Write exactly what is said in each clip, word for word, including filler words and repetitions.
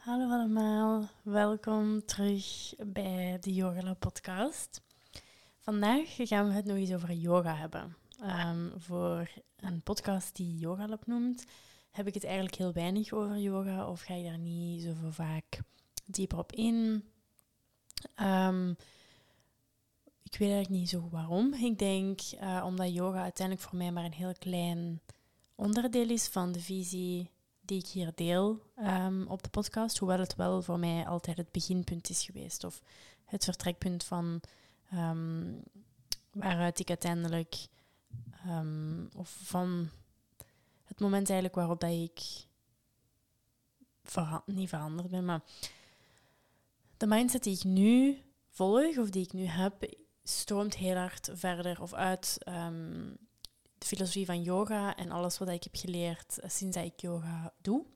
Hallo allemaal, welkom terug bij de Yogalab podcast. Vandaag gaan we het nog eens over yoga hebben. Um, voor een podcast die Yogalab noemt, heb ik het eigenlijk heel weinig over yoga of ga ik daar niet zoveel vaak dieper op in. Um, ik weet eigenlijk niet zo goed waarom. Ik denk uh, omdat yoga uiteindelijk voor mij maar een heel klein onderdeel is van de visie die ik hier deel um, op de podcast, hoewel het wel voor mij altijd het beginpunt is geweest of het vertrekpunt van um, waaruit ik uiteindelijk um, of van het moment eigenlijk waarop dat ik vera- niet veranderd ben, maar de mindset die ik nu volg of die ik nu heb, stroomt heel hard verder of uit um, de filosofie van yoga en alles wat ik heb geleerd sinds dat ik yoga doe.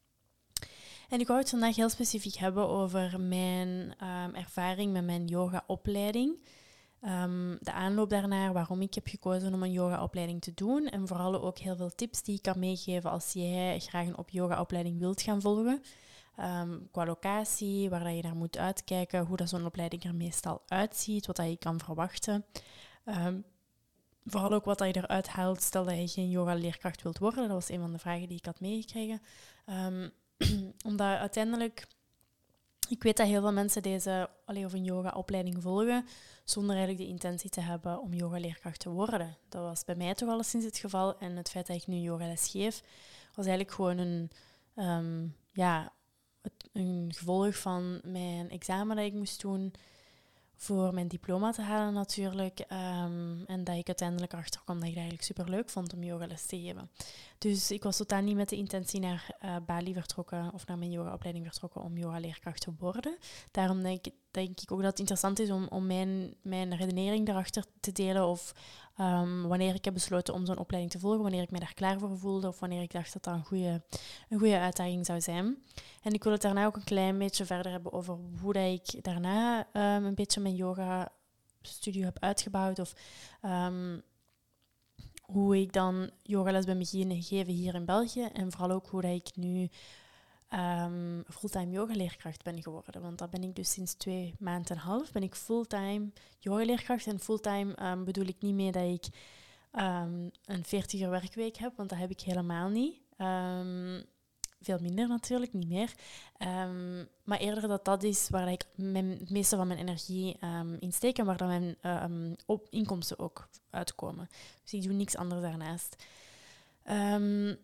En ik wou het vandaag heel specifiek hebben over mijn um, ervaring met mijn yogaopleiding. Um, de aanloop daarnaar, waarom ik heb gekozen om een yogaopleiding te doen. En vooral ook heel veel tips die ik kan meegeven als jij graag een op yogaopleiding wilt gaan volgen. Um, qua locatie, waar dat je naar moet uitkijken, hoe dat zo'n opleiding er meestal uitziet, wat dat je kan verwachten. Um, vooral ook wat dat je eruit haalt, stel dat je geen yoga-leerkracht wilt worden. Dat was een van de vragen die ik had meegekregen. Um, Omdat uiteindelijk, ik weet dat heel veel mensen deze allee, of een yoga-opleiding volgen zonder eigenlijk de intentie te hebben om yogaleerkracht te worden. Dat was bij mij toch alleszins het geval. En het feit dat ik nu yogales geef, was eigenlijk gewoon een, um, ja, het, een gevolg van mijn examen dat ik moest doen voor mijn diploma te halen natuurlijk. Um, en dat ik uiteindelijk erachter kwam dat ik het eigenlijk superleuk vond om yogales te geven. Dus ik was totaal niet met de intentie naar uh, Bali vertrokken of naar mijn yogaopleiding vertrokken om yogaleerkracht te worden. Daarom denk ik, denk ik ook dat het interessant is om, om mijn, mijn redenering daarachter te delen of um, wanneer ik heb besloten om zo'n opleiding te volgen, wanneer ik mij daar klaar voor voelde of wanneer ik dacht dat dat een goede, een goede uitdaging zou zijn. En ik wil het daarna ook een klein beetje verder hebben over hoe dat ik daarna um, een beetje mijn yoga-studio heb uitgebouwd of um, hoe ik dan yogales ben beginnen geven hier in België en vooral ook hoe dat ik nu um, fulltime yogaleerkracht ben geworden. Want dat ben ik dus sinds twee maanden en een half. Ben ik fulltime yogaleerkracht en fulltime um, bedoel ik niet mee dat ik um, een veertig uur werkweek heb, want dat heb ik helemaal niet. Um, Veel minder natuurlijk, niet meer. Um, maar eerder dat dat is waar ik mijn, het meeste van mijn energie um, in steek en waar dan mijn um, op, inkomsten ook uitkomen. Dus ik doe niks anders daarnaast. Um,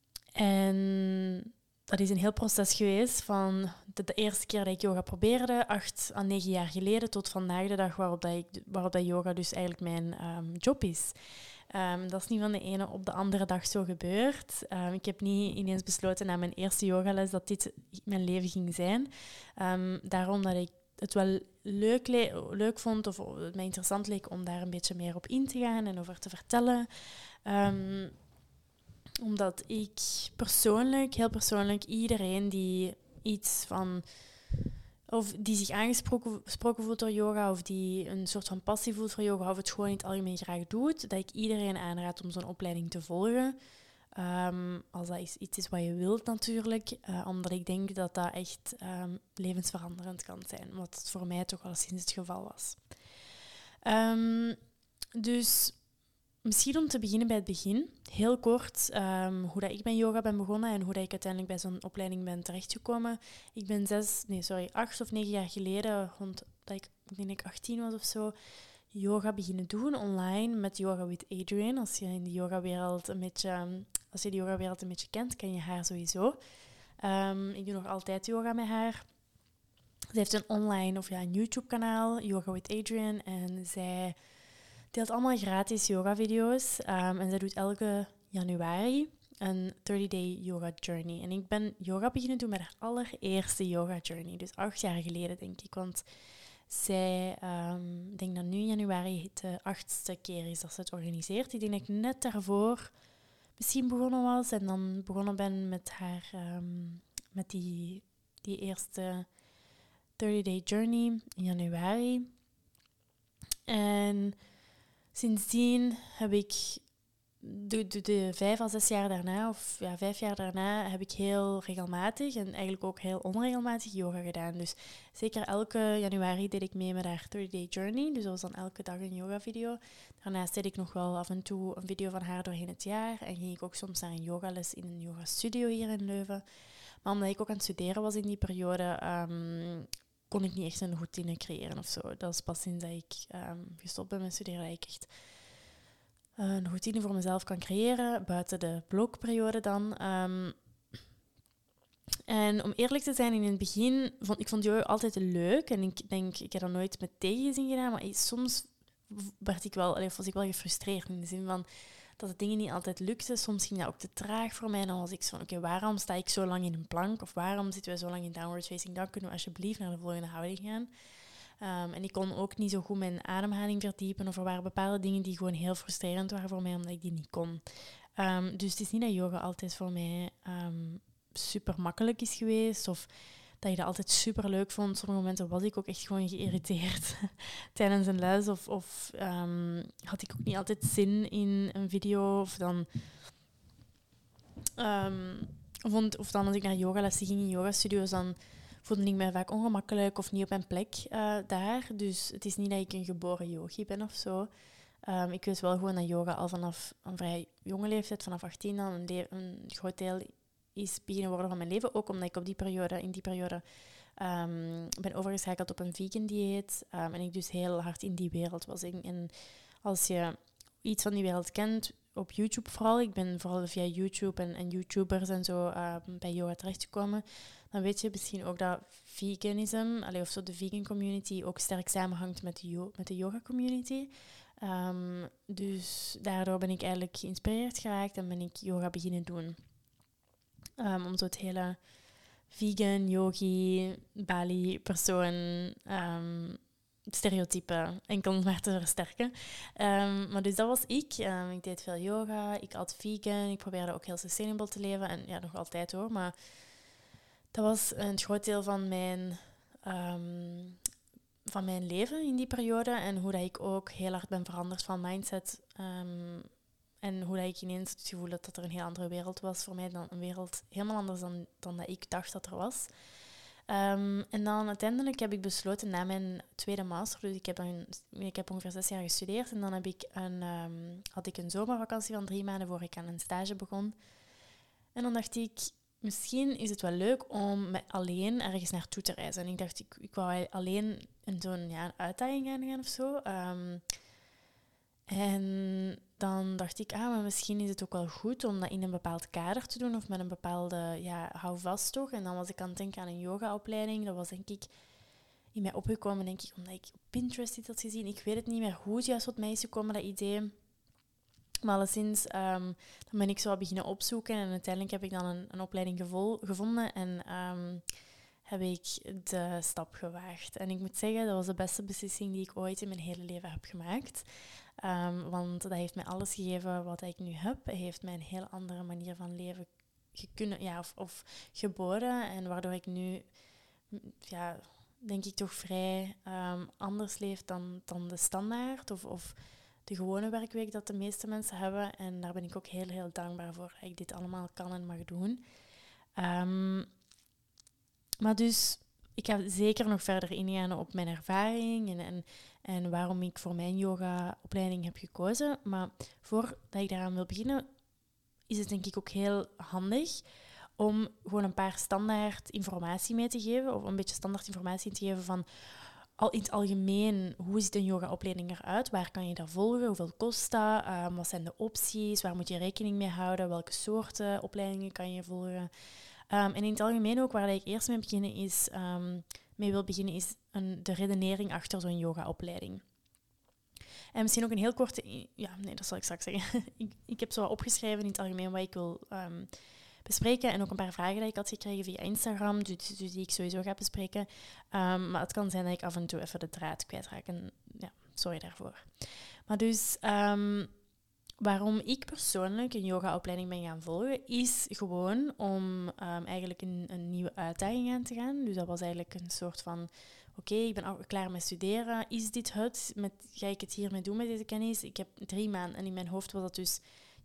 en dat is een heel proces geweest van de, de eerste keer dat ik yoga probeerde, acht à negen jaar geleden, tot vandaag de dag waarop, dat ik, waarop dat yoga dus eigenlijk mijn um, job is. Um, dat is niet van de ene op de andere dag zo gebeurd. Um, ik heb niet ineens besloten na mijn eerste yogales dat dit mijn leven ging zijn. Um, daarom dat ik het wel leuk, le- leuk vond of het mij interessant leek om daar een beetje meer op in te gaan en over te vertellen. Um, omdat ik persoonlijk, heel persoonlijk, iedereen die iets van of die zich aangesproken voelt door yoga of die een soort van passie voelt voor yoga of het gewoon in het algemeen graag doet, dat ik iedereen aanraad om zo'n opleiding te volgen. Um, als dat is iets is wat je wilt natuurlijk, uh, omdat ik denk dat dat echt um, levensveranderend kan zijn, wat het voor mij toch al sinds het geval was. Um, dus misschien om te beginnen bij het begin, heel kort um, hoe dat ik met yoga ben begonnen en hoe dat ik uiteindelijk bij zo'n opleiding ben terechtgekomen. Ik ben zes, nee sorry, acht of negen jaar geleden, rond dat ik, ik denk ik achttien was of zo, yoga beginnen doen online met Yoga with Adriene. Als je in de yogawereld een beetje, als je de yogawereld een beetje kent, ken je haar sowieso. Um, ik doe nog altijd yoga met haar. Ze heeft een online of ja, een YouTube-kanaal, Yoga with Adriene, en zij deelt allemaal gratis yoga-video's. Um, en zij doet elke januari een dertig-day yoga journey. En ik ben yoga beginnen doen met haar allereerste yoga journey. Dus acht jaar geleden, denk ik. Want zij, um, ik denk dat nu in januari de achtste keer is dat ze het organiseert. Ik denk dat ik net daarvoor misschien begonnen was. En dan begonnen ben met haar, um, met die, die eerste dertig-day journey in januari. En sindsdien heb ik de, de, de vijf à zes jaar daarna, of ja, vijf jaar daarna, heb ik heel regelmatig en eigenlijk ook heel onregelmatig yoga gedaan. Dus zeker elke januari deed ik mee met haar thirty day journey. Dus dat was dan elke dag een yoga video. Daarnaast deed ik nog wel af en toe een video van haar doorheen het jaar. En ging ik ook soms naar een yogales in een yogastudio hier in Leuven. Maar omdat ik ook aan het studeren was in die periode, um, kon ik niet echt een routine creëren of zo. Dat is pas sinds dat ik um, gestopt ben met studeren dat ik echt een routine voor mezelf kan creëren, buiten de blokperiode dan. Um, en om eerlijk te zijn, in het begin vond ik vond yoga altijd leuk. En ik denk, ik heb dat nooit met tegenzin gedaan, maar soms werd ik wel, allee, was ik wel gefrustreerd in de zin van dat de dingen niet altijd lukten. Soms ging dat ook te traag voor mij. En dan was ik zo van, oké, okay, waarom sta ik zo lang in een plank? Of waarom zitten we zo lang in downward facing dog? Kunnen we alsjeblieft naar de volgende houding gaan? Um, en ik kon ook niet zo goed mijn ademhaling verdiepen. Of er waren bepaalde dingen die gewoon heel frustrerend waren voor mij, omdat ik die niet kon. Um, dus het is niet dat yoga altijd voor mij um, super makkelijk is geweest. Of dat je dat altijd super leuk vond. Sommige momenten was ik ook echt gewoon geïrriteerd tijdens een les. Of, of um, had ik ook niet altijd zin in een video. Of dan, um, vond, of dan als ik naar yogalessen ging in yogastudio's, dan voelde ik mij vaak ongemakkelijk of niet op mijn plek uh, daar. Dus het is niet dat ik een geboren yogi ben of zo. Um, ik weet wel gewoon dat yoga al vanaf een vrij jonge leeftijd, vanaf achttien, dan een, le- een groot deel is beginnen worden van mijn leven. Ook omdat ik op die periode, in die periode um, ben overgeschakeld op een vegan dieet. Um, en ik dus heel hard in die wereld was. En als je iets van die wereld kent, op YouTube vooral, ik ben vooral via YouTube en, en YouTubers en zo uh, bij yoga terechtgekomen, dan weet je misschien ook dat veganism, allee, of zo de vegan community, ook sterk samenhangt met de, yo- met de yoga community. Um, dus daardoor ben ik eigenlijk geïnspireerd geraakt en ben ik yoga beginnen doen. Um, om zo het hele vegan, yogi, Bali persoon um, stereotype enkel maar te versterken. Um, maar dus dat was ik. Um, ik deed veel yoga, ik at vegan, ik probeerde ook heel sustainable te leven. En ja, nog altijd hoor, maar dat was een groot deel van mijn, um, van mijn leven in die periode. En hoe dat ik ook heel hard ben veranderd van mindset. Um, en hoe dat ik ineens het gevoel had dat er een heel andere wereld was voor mij. Dan een wereld helemaal anders dan, dan dat ik dacht dat er was. Um, en dan uiteindelijk heb ik besloten na mijn tweede master. Dus ik heb, een, ik heb ongeveer zes jaar gestudeerd. En dan heb ik een, um, had ik een zomervakantie van drie maanden voor ik aan een stage begon. En dan dacht ik, misschien is het wel leuk om met alleen ergens naartoe te reizen. En ik dacht, ik, ik wou alleen in zo'n ja, uitdaging gaan gaan of zo. Um, en dan dacht ik, ah, maar misschien is het ook wel goed om dat in een bepaald kader te doen of met een bepaalde, ja, houvast toch. En dan was ik aan het denken aan een yogaopleiding. Dat was denk ik in mij opgekomen, denk ik, omdat ik op Pinterest iets had gezien. Ik weet het niet meer hoe het juist tot mij is gekomen, dat idee. Maar alleszins, um, dan ben ik zo beginnen opzoeken en uiteindelijk heb ik dan een, een opleiding gevol- gevonden en um, heb ik de stap gewaagd. En ik moet zeggen, dat was de beste beslissing die ik ooit in mijn hele leven heb gemaakt. Um, want dat heeft mij alles gegeven wat ik nu heb. Het heeft mij een heel andere manier van leven gekunnen, ja, of, of geboden. En waardoor ik nu, ja, denk ik toch vrij um, anders leef dan, dan de standaard of, of de gewone werkweek dat de meeste mensen hebben. En daar ben ik ook heel, heel dankbaar voor dat ik dit allemaal kan en mag doen. Um, maar dus, ik ga zeker nog verder ingaan op mijn ervaring en, en, en waarom ik voor mijn yoga-opleiding heb gekozen. Maar voordat ik daaraan wil beginnen, is het denk ik ook heel handig om gewoon een paar standaard informatie mee te geven, of een beetje standaard informatie te geven van al in het algemeen, hoe ziet een yoga-opleiding eruit? Waar kan je dat volgen? Hoeveel kost dat? Um, wat zijn de opties? Waar moet je rekening mee houden? Welke soorten opleidingen kan je volgen? Um, en in het algemeen ook, waar ik eerst mee, beginnen is, um, mee wil beginnen, is een, de redenering achter zo'n yoga-opleiding. En misschien ook een heel korte... Ja, nee, dat zal ik straks zeggen. ik, ik heb zo wat opgeschreven in het algemeen wat ik wil um, bespreken. En ook een paar vragen die ik had gekregen via Instagram, dus, dus die ik sowieso ga bespreken. Um, maar het kan zijn dat ik af en toe even de draad kwijtraak. En ja, sorry daarvoor. Maar dus... Um, waarom ik persoonlijk een yogaopleiding ben gaan volgen, is gewoon om um, eigenlijk een, een nieuwe uitdaging aan te gaan. Dus dat was eigenlijk een soort van, oké, okay, ik ben al klaar met studeren. Is dit het? Met, ga ik het hiermee doen met deze kennis? Ik heb drie maanden en in mijn hoofd was dat dus,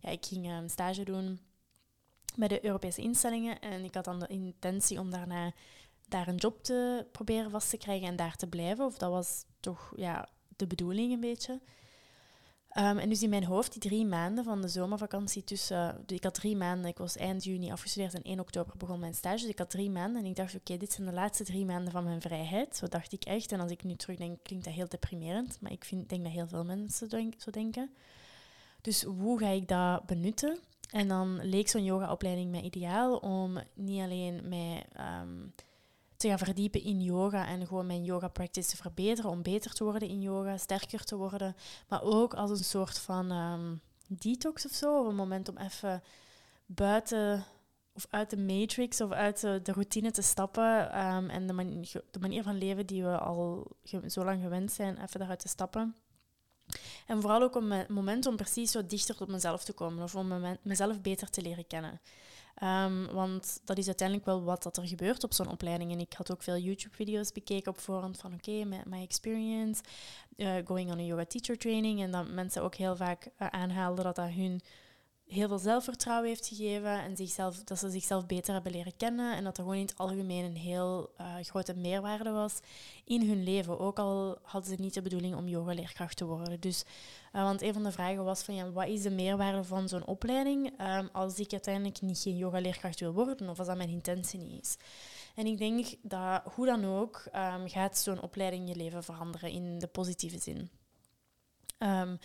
ja, ik ging een stage doen bij de Europese instellingen en ik had dan de intentie om daarna daar een job te proberen vast te krijgen en daar te blijven. Of dat was toch ja, de bedoeling een beetje. Um, en dus in mijn hoofd, die drie maanden van de zomervakantie tussen... Ik had drie maanden, ik was eind juni afgestudeerd en één oktober begon mijn stage. Dus ik had drie maanden en ik dacht, oké, okay, dit zijn de laatste drie maanden van mijn vrijheid. Zo dacht ik echt. En als ik nu terugdenk, klinkt dat heel deprimerend. Maar ik vind, denk dat heel veel mensen denk, zo denken. Dus hoe ga ik dat benutten? En dan leek zo'n yogaopleiding mij ideaal om niet alleen mij... Um, te gaan verdiepen in yoga en gewoon mijn yoga practice te verbeteren, om beter te worden in yoga, sterker te worden, maar ook als een soort van um, detox of zo, of een moment om even buiten of uit de matrix of uit de, de routine te stappen um, en de, man- de manier van leven die we al ge- zo lang gewend zijn, even daaruit te stappen. En vooral ook om een moment om precies zo dichter tot mezelf te komen of om me- mezelf beter te leren kennen. Um, want dat is uiteindelijk wel wat dat er gebeurt op zo'n opleiding. En ik had ook veel YouTube-video's bekeken op voorhand van oké, okay, my experience, uh, going on a yoga teacher training. En dat mensen ook heel vaak uh, aanhaalden dat dat hun heel veel zelfvertrouwen heeft gegeven en zichzelf, dat ze zichzelf beter hebben leren kennen en dat er gewoon in het algemeen een heel uh, grote meerwaarde was in hun leven. Ook al hadden ze niet de bedoeling om yogaleerkracht te worden. Dus, uh, want een van de vragen was van ja, wat is de meerwaarde van zo'n opleiding um, als ik uiteindelijk niet geen yogaleerkracht wil worden of als dat mijn intentie niet is. En ik denk dat hoe dan ook um, gaat zo'n opleiding je leven veranderen in de positieve zin. Um,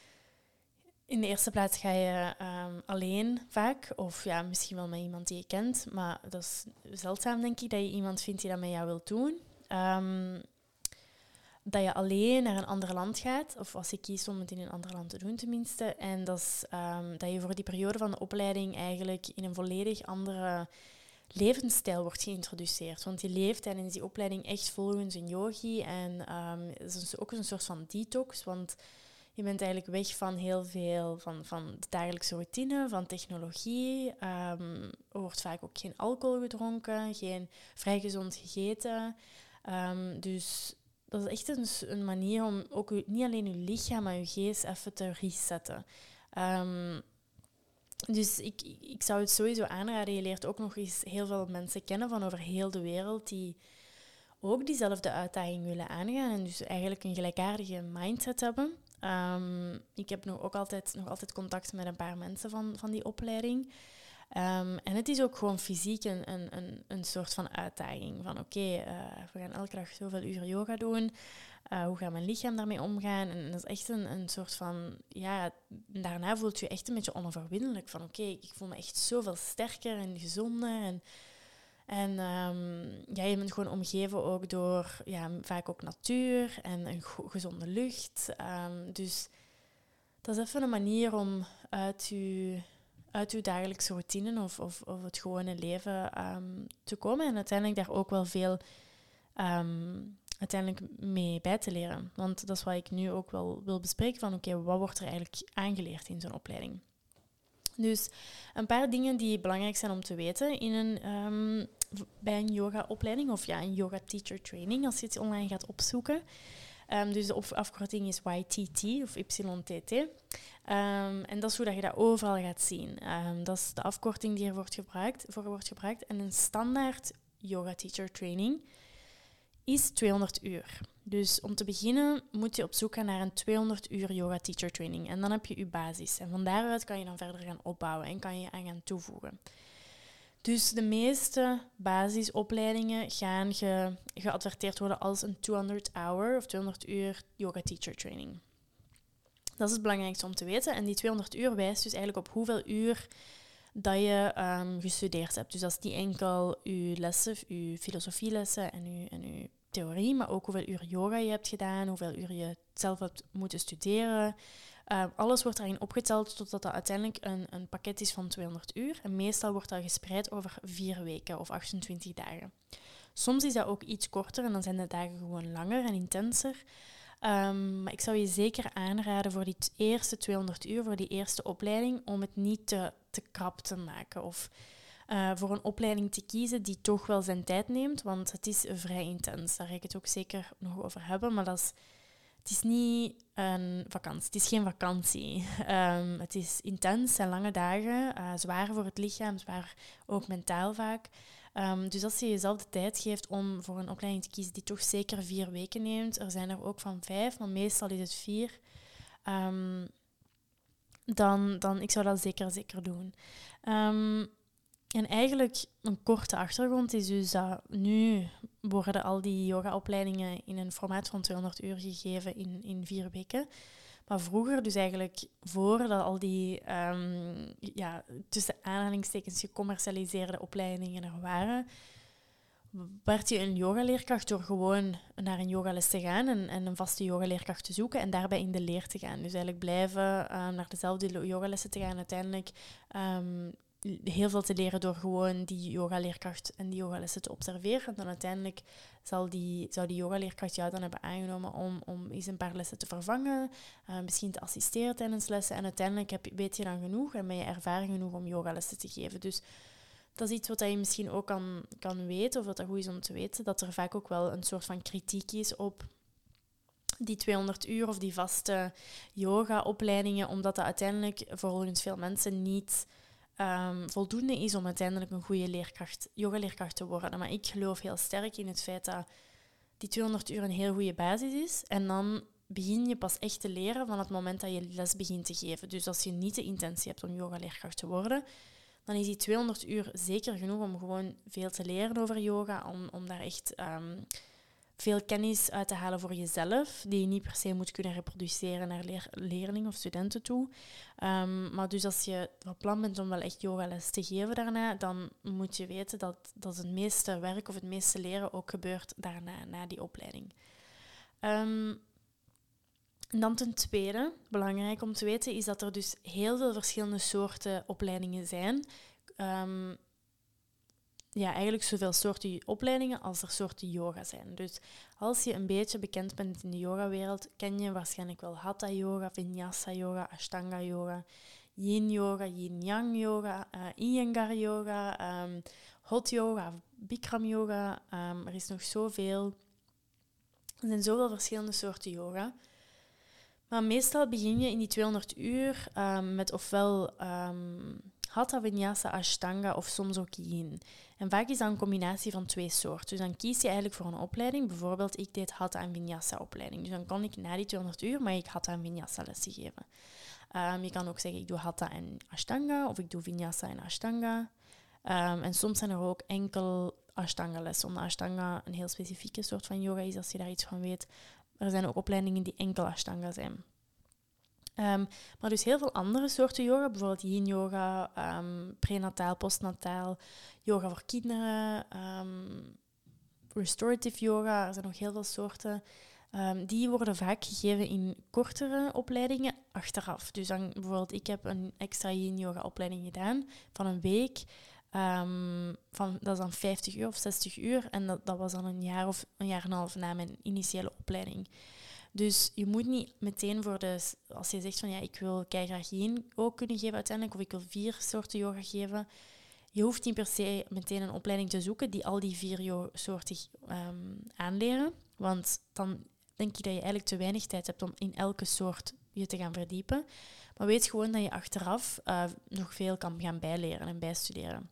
In de eerste plaats ga je um, alleen vaak, of ja, misschien wel met iemand die je kent, maar dat is zeldzaam, denk ik, dat je iemand vindt die dat met jou wil doen. Um, dat je alleen naar een ander land gaat, of als je kiest om het in een ander land te doen tenminste, en dat, is, um, dat je voor die periode van de opleiding eigenlijk in een volledig andere levensstijl wordt geïntroduceerd. Want je leeft tijdens die opleiding echt volgens een yogi en um, het is ook een soort van detox, want je bent eigenlijk weg van heel veel, van, van de dagelijkse routine, van technologie. Um, er wordt vaak ook geen alcohol gedronken, geen vrij gezond gegeten. Um, dus dat is echt een, een manier om ook u, niet alleen je lichaam, maar je geest even te resetten. Um, dus ik, ik zou het sowieso aanraden. Je leert ook nog eens heel veel mensen kennen van over heel de wereld die ook diezelfde uitdaging willen aangaan en dus eigenlijk een gelijkaardige mindset hebben. Um, ik heb nog, ook altijd, nog altijd contact met een paar mensen van, van die opleiding. Um, en het is ook gewoon fysiek een, een, een, een soort van uitdaging. Van oké, okay, uh, we gaan elke dag zoveel uur yoga doen. Uh, hoe gaat mijn lichaam daarmee omgaan? En dat is echt een, een soort van... Ja, daarna voelt je echt een beetje onoverwinnelijk. Van oké, okay, ik voel me echt zoveel sterker en gezonder. En, en um, ja, je bent gewoon omgeven ook door ja, vaak ook natuur en een go- gezonde lucht. Um, dus dat is even een manier om uit je, uit je dagelijkse routine of, of, of het gewone leven um, te komen. En uiteindelijk daar ook wel veel um, uiteindelijk mee bij te leren. Want dat is wat ik nu ook wel wil bespreken. Van oké, okay, wat wordt er eigenlijk aangeleerd in zo'n opleiding? Dus een paar dingen die belangrijk zijn om te weten in een, um, bij een yoga-opleiding of ja, een yoga-teacher training, als je het online gaat opzoeken. Um, dus de afkorting is Y T T of Y T T. Um, en dat is hoe dat je dat overal gaat zien. Um, dat is de afkorting die er wordt gebruikt, voor wordt gebruikt. En een standaard yoga-teacher training is tweehonderd uur. Dus om te beginnen moet je op zoek gaan naar een tweehonderd uur yoga teacher training. En dan heb je je basis. En van daaruit kan je dan verder gaan opbouwen en kan je aan gaan toevoegen. Dus de meeste basisopleidingen gaan ge, geadverteerd worden als een tweehonderd hour of tweehonderd uur yoga teacher training. Dat is het belangrijkste om te weten. En die tweehonderd uur wijst dus eigenlijk op hoeveel uur dat je um, gestudeerd hebt. Dus dat is niet enkel je lessen, je filosofielessen en je, en je theorie, maar ook hoeveel uur yoga je hebt gedaan, hoeveel uur je zelf hebt moeten studeren. Uh, alles wordt daarin opgeteld totdat dat uiteindelijk een, een pakket is van tweehonderd uur. En meestal wordt dat gespreid over vier weken of achtentwintig dagen. Soms is dat ook iets korter en dan zijn de dagen gewoon langer en intenser. Um, maar ik zou je zeker aanraden voor die t- eerste tweehonderd uur, voor die eerste opleiding, om het niet te, te krap te maken. Of uh, voor een opleiding te kiezen die toch wel zijn tijd neemt, want het is vrij intens. Daar ga ik het ook zeker nog over hebben. Maar dat is, het is niet een vakantie. Het is geen vakantie. Um, het is intens en lange dagen. Uh, zwaar voor het lichaam, zwaar ook mentaal vaak. Um, dus als je jezelf de tijd geeft om voor een opleiding te kiezen die toch zeker vier weken neemt. Er zijn er ook van vijf, maar meestal is het vier. Um, dan, dan ik zou dat zeker, zeker doen. Um, En eigenlijk een korte achtergrond is dus dat nu worden al die yogaopleidingen in een formaat van tweehonderd uur gegeven in, in vier weken. Maar vroeger, dus eigenlijk voordat al die um, ja, tussen aanhalingstekens gecommercialiseerde opleidingen er waren, werd je een yogaleerkracht door gewoon naar een yogales te gaan en, en een vaste yogaleerkracht te zoeken en daarbij in de leer te gaan. Dus eigenlijk blijven um, naar dezelfde yogalessen te gaan uiteindelijk. Um, heel veel te leren door gewoon die yogaleerkracht en die yogalessen te observeren. En dan uiteindelijk zal die, zou die yogaleerkracht jou dan hebben aangenomen om, om eens een paar lessen te vervangen, uh, misschien te assisteren tijdens lessen. En uiteindelijk heb, weet je dan genoeg en ben je ervaren genoeg om yogalessen te geven. Dus dat is iets wat je misschien ook kan, kan weten, of wat dat goed is om te weten, dat er vaak ook wel een soort van kritiek is op die tweehonderd uur of die vaste yoga-opleidingen, omdat dat uiteindelijk volgens veel mensen niet Um, voldoende is om uiteindelijk een goede leerkracht, yogaleerkracht te worden. Maar ik geloof heel sterk in het feit dat die tweehonderd uur een heel goede basis is. En dan begin je pas echt te leren van het moment dat je les begint te geven. Dus als je niet de intentie hebt om yogaleerkracht te worden, dan is die tweehonderd uur zeker genoeg om gewoon veel te leren over yoga, om, om daar echt um, veel kennis uit te halen voor jezelf, die je niet per se moet kunnen reproduceren naar leer- leerlingen of studenten toe. Um, maar dus als je van plan bent om wel echt yogales te geven daarna, dan moet je weten dat, dat het meeste werk of het meeste leren ook gebeurt daarna, na die opleiding. Um, en dan ten tweede, belangrijk om te weten, is dat er dus heel veel verschillende soorten opleidingen zijn. Um, Ja, eigenlijk zoveel soorten opleidingen als er soorten yoga zijn. Dus als je een beetje bekend bent in de yogawereld, ken je waarschijnlijk wel Hatha yoga, Vinyasa yoga, Ashtanga yoga, Yin yoga, Yin-Yang yoga, uh, Iyengar yoga, um, Hot yoga, Bikram yoga. Um, er is nog zoveel. Er zijn zoveel verschillende soorten yoga. Maar meestal begin je in die tweehonderd uur um, met ofwel um, Hatha, Vinyasa, Ashtanga of soms ook Yin. En vaak is dat een combinatie van twee soorten. Dus dan kies je eigenlijk voor een opleiding. Bijvoorbeeld, ik deed Hatha en Vinyasa opleiding. Dus dan kon ik na die tweehonderd uur, maar ik Hatha en Vinyasa lessen geven. Um, je kan ook zeggen, ik doe Hatha en Ashtanga of ik doe Vinyasa en Ashtanga. Um, en soms zijn er ook enkel Ashtanga-lessen, omdat Ashtanga een heel specifieke soort van yoga is, als je daar iets van weet. Er zijn ook opleidingen die enkel Ashtanga zijn. Um, maar dus heel veel andere soorten yoga, bijvoorbeeld yin-yoga, um, prenataal, postnataal, yoga voor kinderen, um, restorative yoga, er zijn nog heel veel soorten. Um, die worden vaak gegeven in kortere opleidingen achteraf. Dus dan, bijvoorbeeld, ik heb een extra yin-yoga opleiding gedaan van een week. Um, van, dat is dan vijftig uur of zestig uur. En dat, dat was dan een jaar of een jaar en een half na mijn initiële opleiding. Dus je moet niet meteen voor de... Als je zegt van ja, ik wil keigraag yin ook kunnen geven uiteindelijk, of ik wil vier soorten yoga geven, je hoeft niet per se meteen een opleiding te zoeken die al die vier yo- soorten um, aanleren. Want dan denk ik dat je eigenlijk te weinig tijd hebt om in elke soort je te gaan verdiepen. Maar weet gewoon dat je achteraf uh, nog veel kan gaan bijleren en bijstuderen.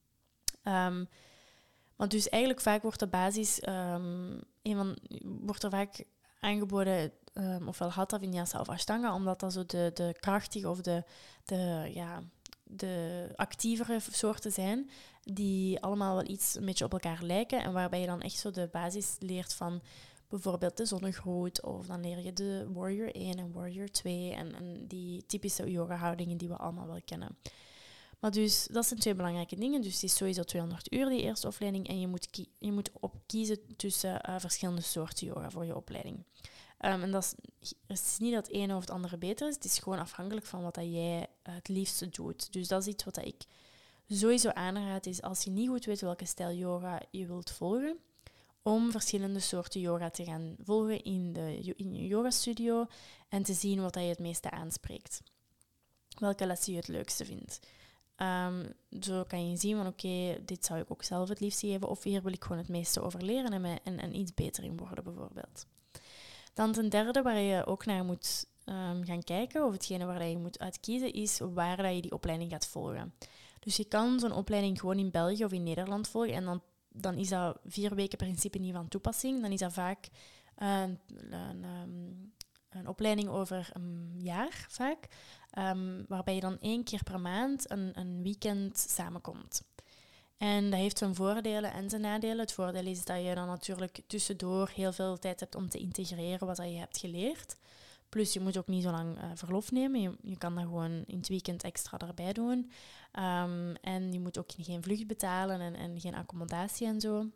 Um, want dus eigenlijk vaak wordt de basis... Um, een van, wordt er vaak aangeboden, um, ofwel Hatha, Vinyasa of Ashtanga, omdat dat zo de, de krachtige of de, de, ja, de actievere soorten zijn, die allemaal wel iets een beetje op elkaar lijken en waarbij je dan echt zo de basis leert van bijvoorbeeld de zonnegroet, of dan leer je de Warrior één en Warrior twee en, en die typische yoga-houdingen die we allemaal wel kennen. Maar dus, dat zijn twee belangrijke dingen. Dus het is sowieso tweehonderd uur, die eerste opleiding. En je moet, kie- je moet op kiezen tussen uh, verschillende soorten yoga voor je opleiding. Um, en dat is, het is niet dat het ene of het andere beter is. Het is gewoon afhankelijk van wat dat jij uh, het liefste doet. Dus dat is iets wat dat ik sowieso aanraad. Is als je niet goed weet welke stijl yoga je wilt volgen, om verschillende soorten yoga te gaan volgen in, de, in je yogastudio en te zien wat dat je het meeste aanspreekt. Welke lessen je het leukste vindt. Um, zo kan je zien van oké, okay, dit zou ik ook zelf het liefst geven of hier wil ik gewoon het meeste over leren en, me, en, en iets beter in worden bijvoorbeeld. Dan ten derde, waar je ook naar moet um, gaan kijken, of hetgene waar je moet uitkiezen, is waar dat je die opleiding gaat volgen. Dus je kan zo'n opleiding gewoon in België of in Nederland volgen en dan, dan is dat vier weken principe niet van toepassing. Dan is dat vaak een, een, um, een opleiding over een jaar, vaak, um, waarbij je dan één keer per maand een, een weekend samenkomt. En dat heeft zijn voordelen en zijn nadelen. Het voordeel is dat je dan natuurlijk tussendoor heel veel tijd hebt om te integreren wat je hebt geleerd. Plus je moet ook niet zo lang uh, verlof nemen. Je, je kan dat gewoon in het weekend extra erbij doen. Um, en je moet ook geen vlucht betalen en, en geen accommodatie en zo.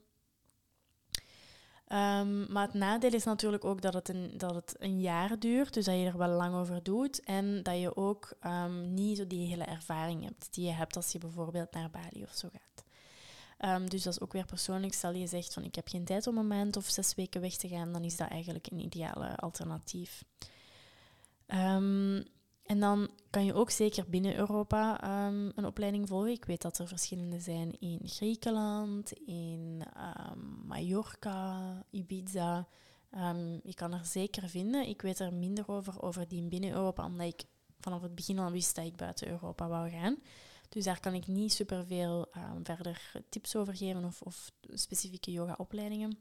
Um, maar het nadeel is natuurlijk ook dat het, een, dat het een jaar duurt, dus dat je er wel lang over doet en dat je ook um, niet zo die hele ervaring hebt die je hebt als je bijvoorbeeld naar Bali of zo gaat. Um, dus dat is ook weer persoonlijk. Stel je zegt van ik heb geen tijd om een maand of zes weken weg te gaan, dan is dat eigenlijk een ideale alternatief. Um, en dan kan je ook zeker binnen Europa um, een opleiding volgen. Ik weet dat er verschillende zijn in Griekenland, in um, Mallorca, Ibiza. Um, je kan er zeker vinden. Ik weet er minder over, over die binnen Europa, omdat ik vanaf het begin al wist dat ik buiten Europa wou gaan. Dus daar kan ik niet superveel um, verder tips over geven of, of specifieke yoga-opleidingen.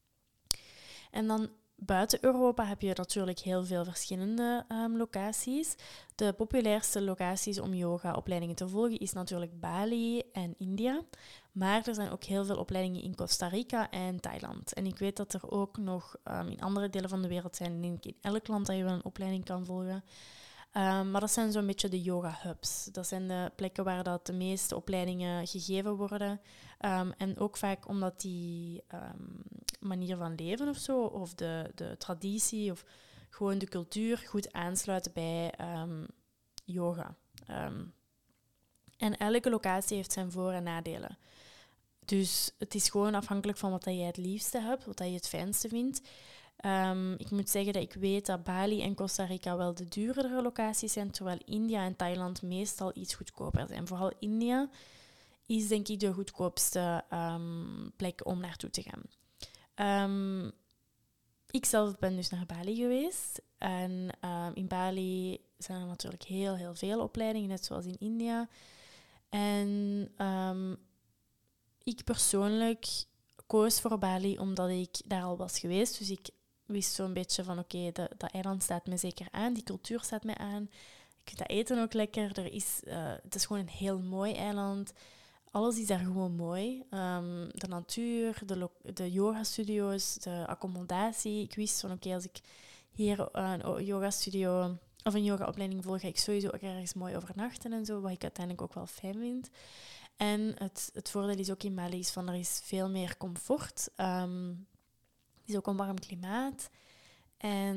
En dan buiten Europa heb je natuurlijk heel veel verschillende um, locaties. De populairste locaties om yoga-opleidingen te volgen is natuurlijk Bali en India. Maar er zijn ook heel veel opleidingen in Costa Rica en Thailand. En ik weet dat er ook nog um, in andere delen van de wereld zijn, denk ik, in elk land dat je wel een opleiding kan volgen. Um, maar dat zijn zo'n beetje de yoga-hubs. Dat zijn de plekken waar dat de meeste opleidingen gegeven worden. Um, en ook vaak omdat die um, manier van leven of zo, of de, de traditie, of gewoon de cultuur goed aansluit bij um, yoga. Um, en elke locatie heeft zijn voor- en nadelen. Dus het is gewoon afhankelijk van wat jij het liefste hebt, wat je het fijnste vindt. Um, ik moet zeggen dat ik weet dat Bali en Costa Rica wel de duurdere locaties zijn, terwijl India en Thailand meestal iets goedkoper zijn. Vooral India is denk ik de goedkoopste um, plek om naartoe te gaan. Um, ik zelf ben dus naar Bali geweest. En um, in Bali zijn er natuurlijk heel, heel veel opleidingen, net zoals in India. En um, ik persoonlijk koos voor Bali omdat ik daar al was geweest. Dus ik wist zo'n beetje van oké, okay, dat eiland staat me zeker aan, die cultuur staat me aan. Ik vind dat eten ook lekker. Er is, uh, het is gewoon een heel mooi eiland. Alles is daar gewoon mooi. Um, de natuur, de, lo- de yoga-studio's, de accommodatie. Ik wist van oké, okay, als ik hier uh, een yoga-studio of een yoga-opleiding volg, ga ik sowieso ook ergens mooi overnachten en zo, wat ik uiteindelijk ook wel fijn vind. En het, het voordeel is ook in Bali is van er is veel meer comfort. Um, het is ook een warm klimaat. En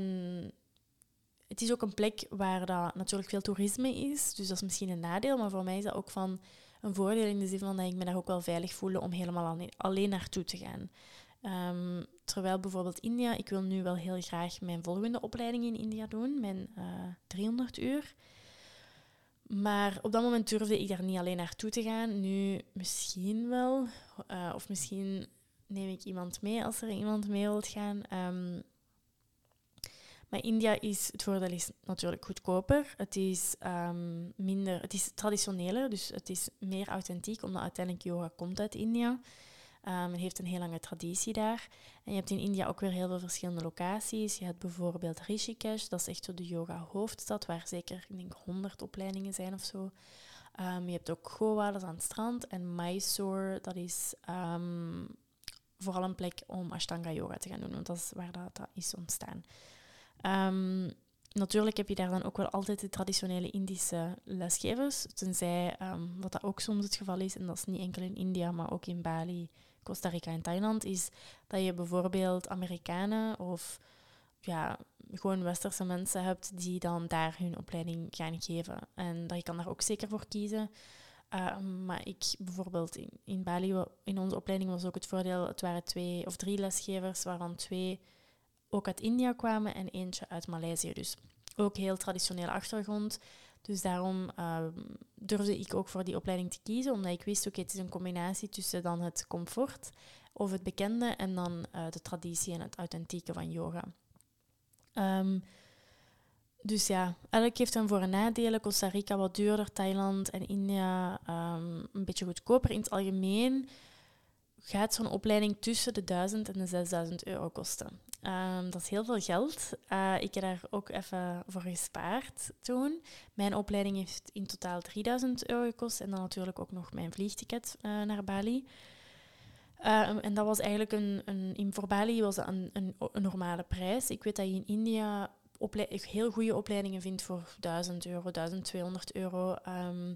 het is ook een plek waar dat natuurlijk veel toerisme is. Dus dat is misschien een nadeel. Maar voor mij is dat ook van een voordeel in de zin van dat ik me daar ook wel veilig voelde om helemaal alleen, alleen naartoe te gaan. Um, terwijl bijvoorbeeld India, ik wil nu wel heel graag mijn volgende opleiding in India doen. Mijn uh, driehonderd uur. Maar op dat moment durfde ik daar niet alleen naartoe te gaan. Nu misschien wel. Uh, of misschien neem ik iemand mee als er iemand mee wilt gaan. Um, maar India is, het voordeel is natuurlijk goedkoper. Het is, um, minder, het is traditioneler, dus het is meer authentiek, omdat uiteindelijk yoga komt uit India. Um, het heeft een heel lange traditie daar. En je hebt in India ook weer heel veel verschillende locaties. Je hebt bijvoorbeeld Rishikesh, dat is echt zo de yoga-hoofdstad, waar zeker, ik denk, honderd opleidingen zijn of zo. Um, je hebt ook Goa, dat is aan het strand. En Mysore, dat is um, vooral een plek om Ashtanga-yoga te gaan doen, want dat is waar dat, dat is ontstaan. Um, natuurlijk heb je daar dan ook wel altijd de traditionele Indische lesgevers, tenzij, um, wat dat ook soms het geval is, en dat is niet enkel in India, maar ook in Bali, Costa Rica en Thailand, is dat je bijvoorbeeld Amerikanen of ja, gewoon westerse mensen hebt die dan daar hun opleiding gaan geven. En dat je kan daar ook zeker voor kiezen. Uh, maar ik bijvoorbeeld in, in Bali, in onze opleiding was ook het voordeel, het waren twee of drie lesgevers, waarvan twee ook uit India kwamen en eentje uit Maleisië. Dus ook heel traditionele achtergrond. Dus daarom uh, durfde ik ook voor die opleiding te kiezen, omdat ik wist, oké, okay, het is een combinatie tussen dan het comfort of het bekende en dan uh, de traditie en het authentieke van yoga. Um, dus ja, elk heeft dan voor- en nadelen. Costa Rica wat duurder, Thailand en India um, een beetje goedkoper. In het algemeen gaat zo'n opleiding tussen de duizend en de zesduizend euro kosten. Um, dat is heel veel geld. Uh, ik heb daar ook even voor gespaard toen. Mijn opleiding heeft in totaal drieduizend euro gekost. En dan natuurlijk ook nog mijn vliegticket uh, naar Bali. Uh, en dat was eigenlijk een, een... In voor Bali was dat een, een, een normale prijs. Ik weet dat je in India opleid, heel goede opleidingen vindt voor duizend euro, duizend tweehonderd euro. Um,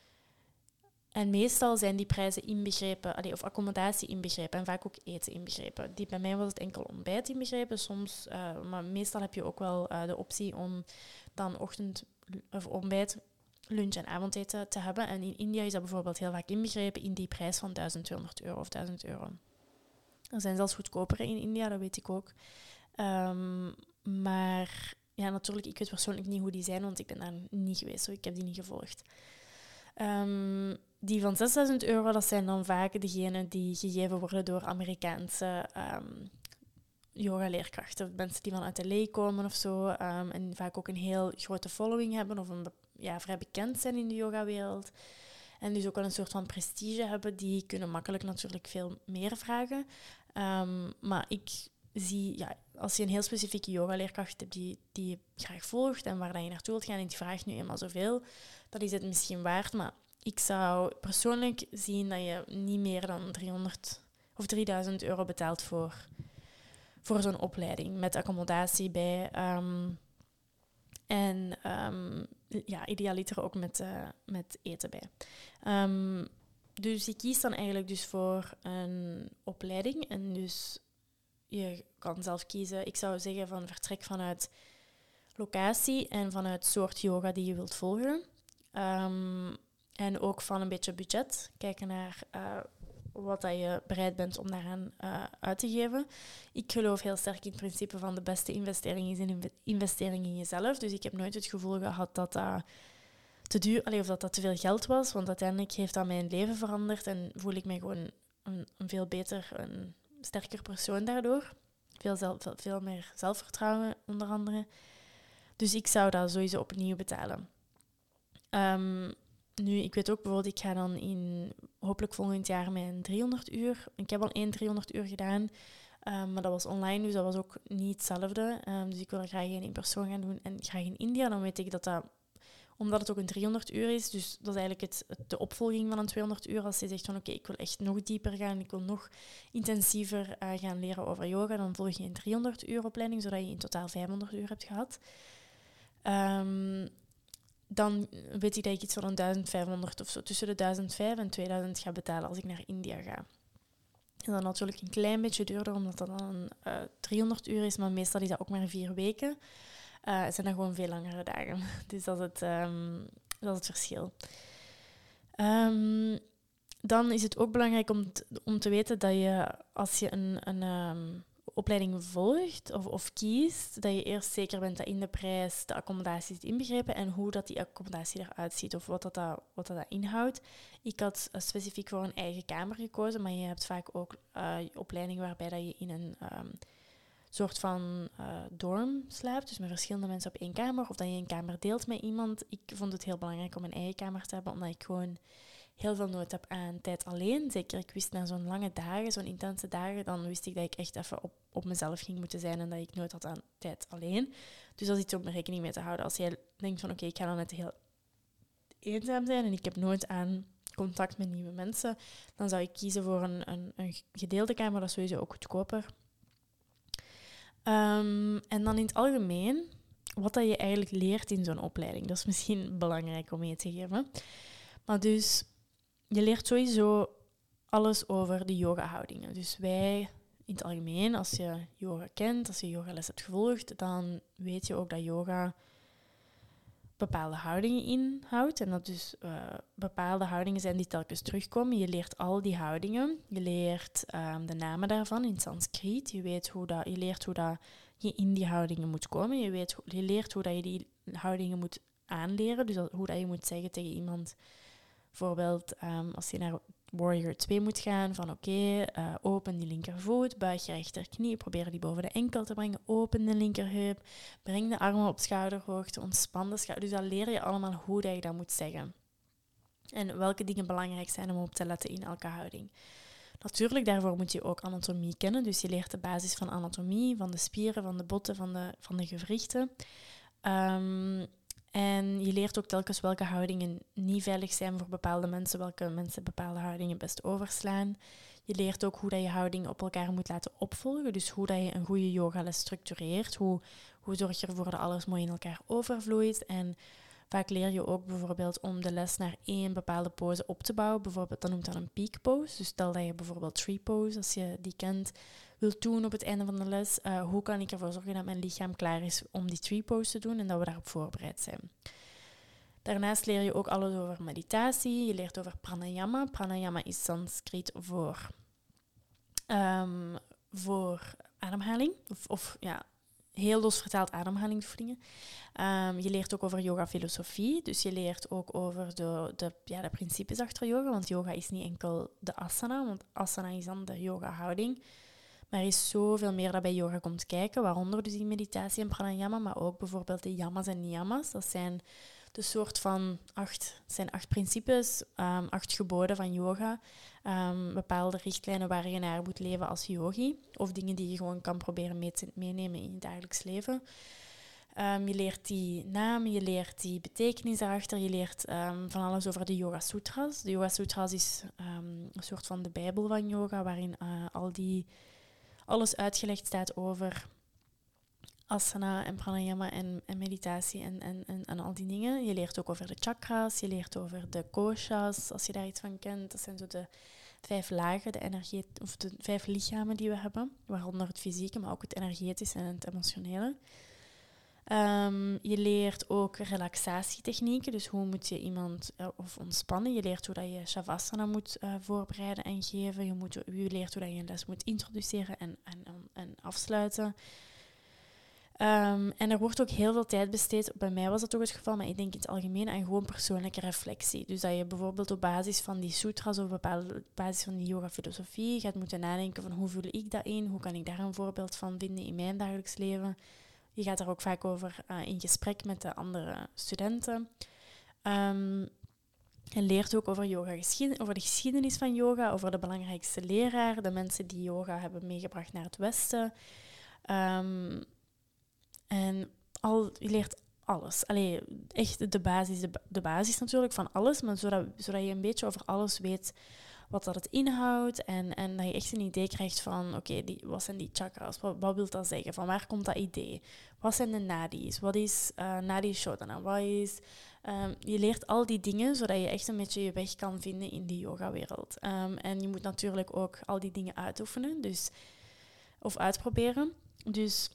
En meestal zijn die prijzen inbegrepen, allee, of accommodatie inbegrepen en vaak ook eten inbegrepen. Die, bij mij was het enkel ontbijt inbegrepen, soms, uh, maar meestal heb je ook wel uh, de optie om dan ochtend of ontbijt, lunch en avondeten te hebben. En in India is dat bijvoorbeeld heel vaak inbegrepen in die prijs van duizend tweehonderd euro of duizend euro. Er zijn zelfs goedkopere in India, dat weet ik ook. Um, maar ja, natuurlijk, ik weet persoonlijk niet hoe die zijn, want ik ben daar niet geweest, so ik heb die niet gevolgd. Um, die van zesduizend euro, dat zijn dan vaak degenen die gegeven worden door Amerikaanse um, yoga-leerkrachten. Mensen die vanuit L A komen of zo. Um, en vaak ook een heel grote following hebben of een, ja, vrij bekend zijn in de yogawereld. En dus ook wel een soort van prestige hebben. Die kunnen makkelijk natuurlijk veel meer vragen. Um, maar ik zie, ja, als je een heel specifieke yoga-leerkracht hebt die, die je graag volgt en waar dat je naartoe wilt gaan en die vraagt nu eenmaal zoveel, dat is het misschien waard, maar ik zou persoonlijk zien dat je niet meer dan driehonderd of drieduizend euro betaalt voor, voor zo'n opleiding. Met accommodatie bij. Um, en um, ja, idealiter ook met, uh, met eten bij. Um, dus ik kies dan eigenlijk dus voor een opleiding. En dus je kan zelf kiezen. Ik zou zeggen van vertrek vanuit locatie en vanuit soort yoga die je wilt volgen. Um, En ook van een beetje budget. Kijken naar uh, wat dat je bereid bent om daaraan uh, uit te geven. Ik geloof heel sterk in het principe van de beste investering is een investering in jezelf. Dus ik heb nooit het gevoel gehad dat dat te duur, allee, of dat dat te veel geld was. Want uiteindelijk heeft dat mijn leven veranderd en voel ik me gewoon een, een veel beter, een sterker persoon daardoor. Veel, zelf, veel meer zelfvertrouwen, onder andere. Dus ik zou dat sowieso opnieuw betalen. Um, Nu, ik weet ook bijvoorbeeld, ik ga dan in hopelijk volgend jaar mijn driehonderd uur. Ik heb al één driehonderd uur gedaan, um, maar dat was online, dus dat was ook niet hetzelfde. Um, dus ik wil er graag één in persoon gaan doen en graag in India. Dan weet ik dat dat, omdat het ook een driehonderd uur is, dus dat is eigenlijk het, het, de opvolging van een tweehonderd uur. Als je zegt van oké, okay, ik wil echt nog dieper gaan, ik wil nog intensiever uh, gaan leren over yoga, dan volg je een driehonderd uur opleiding, zodat je in totaal vijfhonderd uur hebt gehad. Um, Dan weet ik dat ik iets van een duizend vijfhonderd of zo, tussen de duizend vijfhonderd en tweeduizend ga betalen als ik naar India ga. En dan natuurlijk een klein beetje duurder, omdat dat dan uh, driehonderd uur is, maar meestal is dat ook maar vier weken. Uh, het zijn dan gewoon veel langere dagen. Dus dat is het, um, dat is het verschil. Um, dan is het ook belangrijk om, t- om te weten dat je, als je een... een um, opleiding volgt of, of kiest, dat je eerst zeker bent dat in de prijs de accommodatie is inbegrepen en hoe dat die accommodatie eruit ziet of wat dat, dat, wat dat, dat inhoudt. Ik had uh, specifiek voor een eigen kamer gekozen, maar je hebt vaak ook uh, opleidingen waarbij dat je in een um, soort van uh, dorm slaapt, dus met verschillende mensen op één kamer, of dat je een kamer deelt met iemand. Ik vond het heel belangrijk om een eigen kamer te hebben, omdat ik gewoon heel veel nood heb aan tijd alleen. Zeker, ik wist na zo'n lange dagen, zo'n intense dagen, dan wist ik dat ik echt even op, op mezelf ging moeten zijn en dat ik nooit had aan tijd alleen. Dus dat is iets om rekening mee te houden. Als jij denkt van oké, okay, ik ga dan net heel eenzaam zijn en ik heb nooit aan contact met nieuwe mensen, dan zou ik kiezen voor een, een, een gedeelde kamer. Dat is sowieso ook goedkoper. Um, en dan in het algemeen, wat dat je eigenlijk leert in zo'n opleiding. Dat is misschien belangrijk om mee te geven. Maar dus, je leert sowieso alles over de yoga-houdingen. Dus wij, in het algemeen, als je yoga kent, als je yogales hebt gevolgd, dan weet je ook dat yoga bepaalde houdingen inhoudt. En dat dus uh, bepaalde houdingen zijn die telkens terugkomen. Je leert al die houdingen. Je leert um, de namen daarvan in Sanskriet. Je, weet hoe dat, je leert hoe dat je in die houdingen moet komen. Je, weet, je leert hoe dat je die houdingen moet aanleren. Dus dat, hoe dat je moet zeggen tegen iemand. Bijvoorbeeld, um, als je naar warrior twee moet gaan. Van oké, okay, uh, open die linkervoet, buig je rechterknie, probeer die boven de enkel te brengen, open de linkerheup, breng de armen op schouderhoogte, ontspan de schouder. Dus dat leer je allemaal hoe dat je dat moet zeggen. En welke dingen belangrijk zijn om op te letten in elke houding. Natuurlijk, daarvoor moet je ook anatomie kennen. Dus je leert de basis van anatomie, van de spieren, van de botten, van de, van de gewrichten. Um, en je leert ook telkens welke houdingen niet veilig zijn voor bepaalde mensen, welke mensen bepaalde houdingen best overslaan. Je leert ook hoe dat je houding op elkaar moet laten opvolgen. Dus hoe dat je een goede yogales structureert. Hoe, hoe zorg je ervoor dat alles mooi in elkaar overvloeit. En vaak leer je ook bijvoorbeeld om de les naar één bepaalde pose op te bouwen. Bijvoorbeeld, dat noemt dat een peak pose. Dus stel dat je bijvoorbeeld tree pose, als je die kent, wilt doen op het einde van de les. Uh, hoe kan ik ervoor zorgen dat mijn lichaam klaar is om die tree pose te doen en dat we daarop voorbereid zijn. Daarnaast leer je ook alles over meditatie. Je leert over pranayama. Pranayama is Sanskriet voor, um, voor ademhaling. Of, of ja, heel los vertaald ademhalingsoefeningen. Um, je leert ook over yoga-filosofie. Dus je leert ook over de, de, ja, de principes achter yoga. Want yoga is niet enkel de asana. Want asana is dan de yoga-houding. Maar er is zoveel meer dat bij yoga komt kijken. Waaronder dus die meditatie en pranayama. Maar ook bijvoorbeeld de yamas en niyamas. Dat zijn de soort van acht, zijn acht principes, um, acht geboden van yoga. Um, bepaalde richtlijnen waar je naar moet leven als yogi. Of dingen die je gewoon kan proberen mee te, meenemen in je dagelijks leven. Um, je leert die naam, je leert die betekenis daarachter. Je leert um, van alles over de Yoga Sutras. De Yoga Sutras is um, een soort van de bijbel van yoga, waarin uh, al die, alles uitgelegd staat over asana en pranayama en, en meditatie en, en, en, en al die dingen. Je leert ook over de chakras, je leert over de koshas, als je daar iets van kent. Dat zijn zo de vijf lagen, de energie, of de vijf lichamen die we hebben, waaronder het fysieke, maar ook het energetische en het emotionele. Um, je leert ook relaxatietechnieken, dus hoe moet je iemand uh, of ontspannen. Je leert hoe dat je shavasana moet uh, voorbereiden en geven. Je, moet, je leert hoe dat je een les moet introduceren en, en, en afsluiten. Um, en er wordt ook heel veel tijd besteed, bij mij was dat ook het geval, maar ik denk in het algemeen aan gewoon persoonlijke reflectie. Dus dat je bijvoorbeeld op basis van die sutras of op basis van die yoga-filosofie gaat moeten nadenken van hoe vul ik dat in, hoe kan ik daar een voorbeeld van vinden in mijn dagelijks leven. Je gaat daar ook vaak over uh, in gesprek met de andere studenten. Um, je leert ook over, yoga geschied- over de geschiedenis van yoga, over de belangrijkste leraar, de mensen die yoga hebben meegebracht naar het Westen. Um, en al, je leert alles. Allee, echt de basis, de, de basis natuurlijk van alles, maar zodat, zodat je een beetje over alles weet wat dat het inhoudt en, en dat je echt een idee krijgt van, oké, okay, wat zijn die chakras? Wat, wat wil dat zeggen? Van waar komt dat idee? Wat zijn de nadis? Wat is uh, nadi shodhana? Wat is... Um, je leert al die dingen, zodat je echt een beetje je weg kan vinden in die yogawereld. Um, en je moet natuurlijk ook al die dingen uitoefenen, dus, of uitproberen. Dus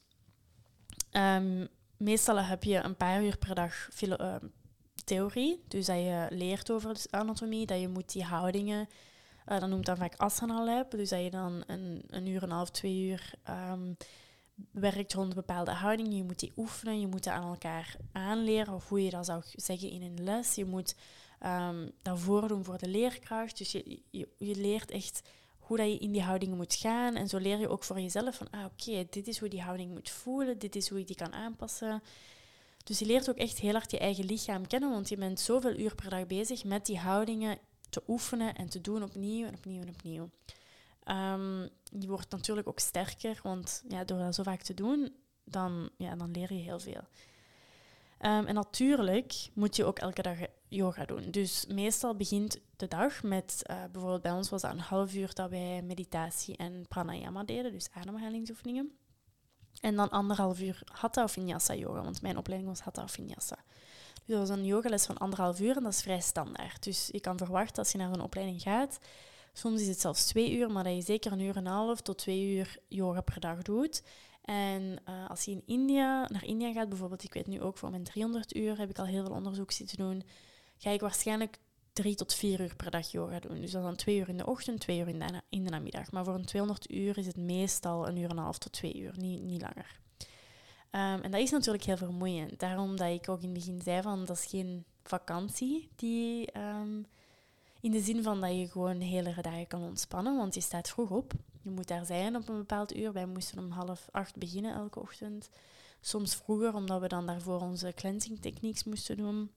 um, meestal heb je een paar uur per dag filo- uh, theorie, dus dat je leert over de anatomie, dat je moet die houdingen... Uh, dat noemt dan vaak asana lab, dus dat je dan een, een uur en een half, twee uur um, werkt rond een bepaalde houdingen. Je moet die oefenen, je moet dat aan elkaar aanleren, of hoe je dat zou zeggen in een les. Je moet um, dat voordoen voor de leerkracht, dus je, je, je leert echt hoe dat je in die houdingen moet gaan. En zo leer je ook voor jezelf van, ah oké, okay, dit is hoe die houding moet voelen, dit is hoe je die kan aanpassen. Dus je leert ook echt heel hard je eigen lichaam kennen, want je bent zoveel uur per dag bezig met die houdingen te oefenen en te doen opnieuw en opnieuw en opnieuw. Um, je wordt natuurlijk ook sterker, want ja, door dat zo vaak te doen, dan, ja, dan leer je heel veel. Um, en natuurlijk moet je ook elke dag yoga doen. Dus meestal begint de dag met, uh, bijvoorbeeld bij ons was dat een half uur dat wij meditatie en pranayama deden, dus ademhalingsoefeningen. En dan anderhalf uur hatha of vinyasa yoga, want mijn opleiding was hatha of vinyasa. Dus dat was een yogales van anderhalf uur en dat is vrij standaard. Dus je kan verwachten als je naar zo'n opleiding gaat, soms is het zelfs twee uur, maar dat je zeker een uur en een half tot twee uur yoga per dag doet. En uh, als je in India, naar India gaat bijvoorbeeld, ik weet nu ook voor mijn driehonderd uur, heb ik al heel veel onderzoek zitten doen, ga ik waarschijnlijk drie tot vier uur per dag yoga doen. Dus dat is dan twee uur in de ochtend, twee uur in de, in de namiddag. Maar voor een tweehonderd uur is het meestal een uur en een half tot twee uur, niet, niet langer. Um, en dat is natuurlijk heel vermoeiend. Daarom dat ik ook in het begin zei van, dat is geen vakantie die um, In de zin van dat je gewoon hele dagen kan ontspannen, want je staat vroeg op. Je moet daar zijn op een bepaald uur. Wij moesten om half acht beginnen elke ochtend. Soms vroeger, omdat we dan daarvoor onze cleansing techniques moesten doen.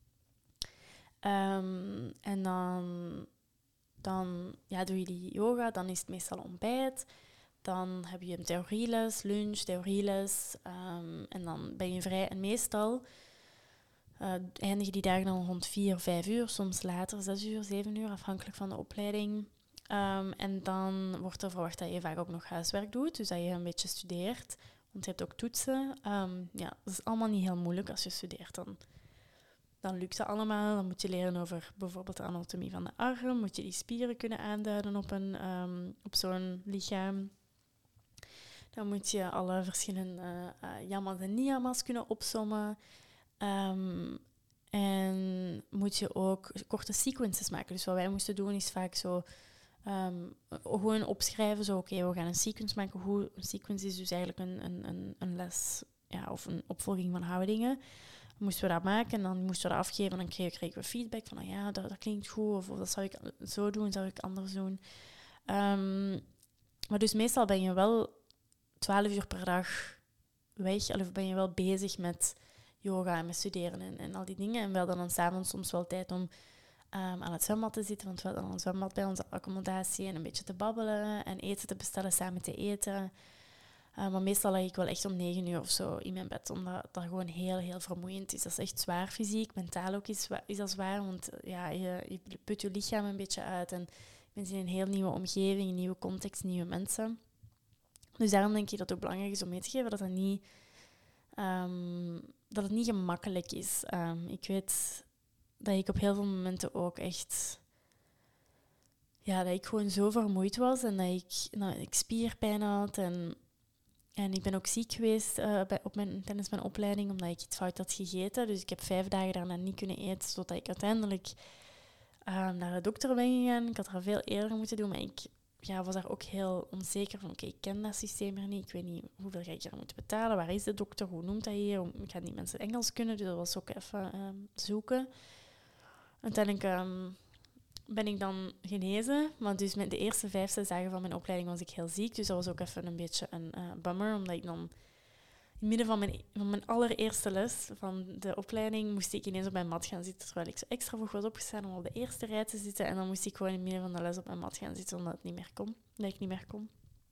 Um, en dan, dan ja, doe je die yoga, dan is het meestal ontbijt. Dan heb je een theorieles, lunch, theorieles. Um, en dan ben je vrij. En meestal uh, eindigen die dagen dan rond vier, vijf uur. Soms later, zes uur, zeven uur, afhankelijk van de opleiding. Um, en dan wordt er verwacht dat je vaak ook nog huiswerk doet. Dus dat je een beetje studeert. Want je hebt ook toetsen. Um, ja, dat is allemaal niet heel moeilijk als je studeert. Dan, dan lukt dat allemaal. Dan moet je leren over bijvoorbeeld de anatomie van de arm. Moet je die spieren kunnen aanduiden op, een, um, op zo'n lichaam. Dan moet je alle verschillende uh, yamas en niyamas kunnen opsommen. Um, en moet je ook korte sequences maken. Dus wat wij moesten doen is vaak zo... Um, gewoon opschrijven, zo oké, okay, we gaan een sequence maken. Hoe, een sequence is dus eigenlijk een, een, een, een les, ja, of een opvolging van houdingen. Dan moesten we dat maken en dan moesten we dat afgeven. En dan kregen, kregen we feedback van, oh ja, dat, dat klinkt goed. Of, of dat zou ik zo doen, zou ik anders doen. Um, maar dus meestal ben je wel twaalf uur per dag weg. Of ben je wel bezig met yoga en met studeren en, en al die dingen. En we hadden dan s'avonds soms wel tijd om Um, aan het zwembad te zitten, want we hadden een zwembad bij onze accommodatie en een beetje te babbelen en eten te bestellen, samen te eten. Uh, maar meestal lag ik wel echt om negen uur of zo in mijn bed, omdat dat gewoon heel, heel vermoeiend is. Dat is echt zwaar fysiek, mentaal ook is, is dat zwaar, want ja, je, je put je lichaam een beetje uit en je bent in een heel nieuwe omgeving, een nieuwe context, nieuwe mensen. Dus daarom denk ik dat het ook belangrijk is om mee te geven dat, dat, niet, um, dat het niet gemakkelijk is. Um, ik weet... dat ik op heel veel momenten ook echt... Ja, dat ik gewoon zo vermoeid was en dat ik, nou, ik spierpijn had. En, en ik ben ook ziek geweest uh, bij, op mijn, tijdens mijn opleiding, omdat ik iets fout had gegeten. Dus ik heb vijf dagen daarna niet kunnen eten, zodat ik uiteindelijk uh, naar de dokter ben gegaan. Ik had dat veel eerder moeten doen, maar ik ja, was daar ook heel onzeker van. Oké, okay, ik ken dat systeem er niet. Ik weet niet hoeveel ga ik er moeten betalen. Waar is de dokter? Hoe noemt dat hier? Ik ga niet mensen Engels kunnen, dus dat was ook even uh, zoeken. Uiteindelijk um, ben ik dan genezen, maar dus met de eerste vijf, zes dagen van mijn opleiding was ik heel ziek. Dus dat was ook even een beetje een uh, bummer, omdat ik dan in het midden van mijn, van mijn allereerste les van de opleiding moest ik ineens op mijn mat gaan zitten, terwijl ik zo extra vroeg was opgestaan om op de eerste rij te zitten. En dan moest ik gewoon in het midden van de les op mijn mat gaan zitten, omdat het niet meer kon. Dat ik niet meer kon.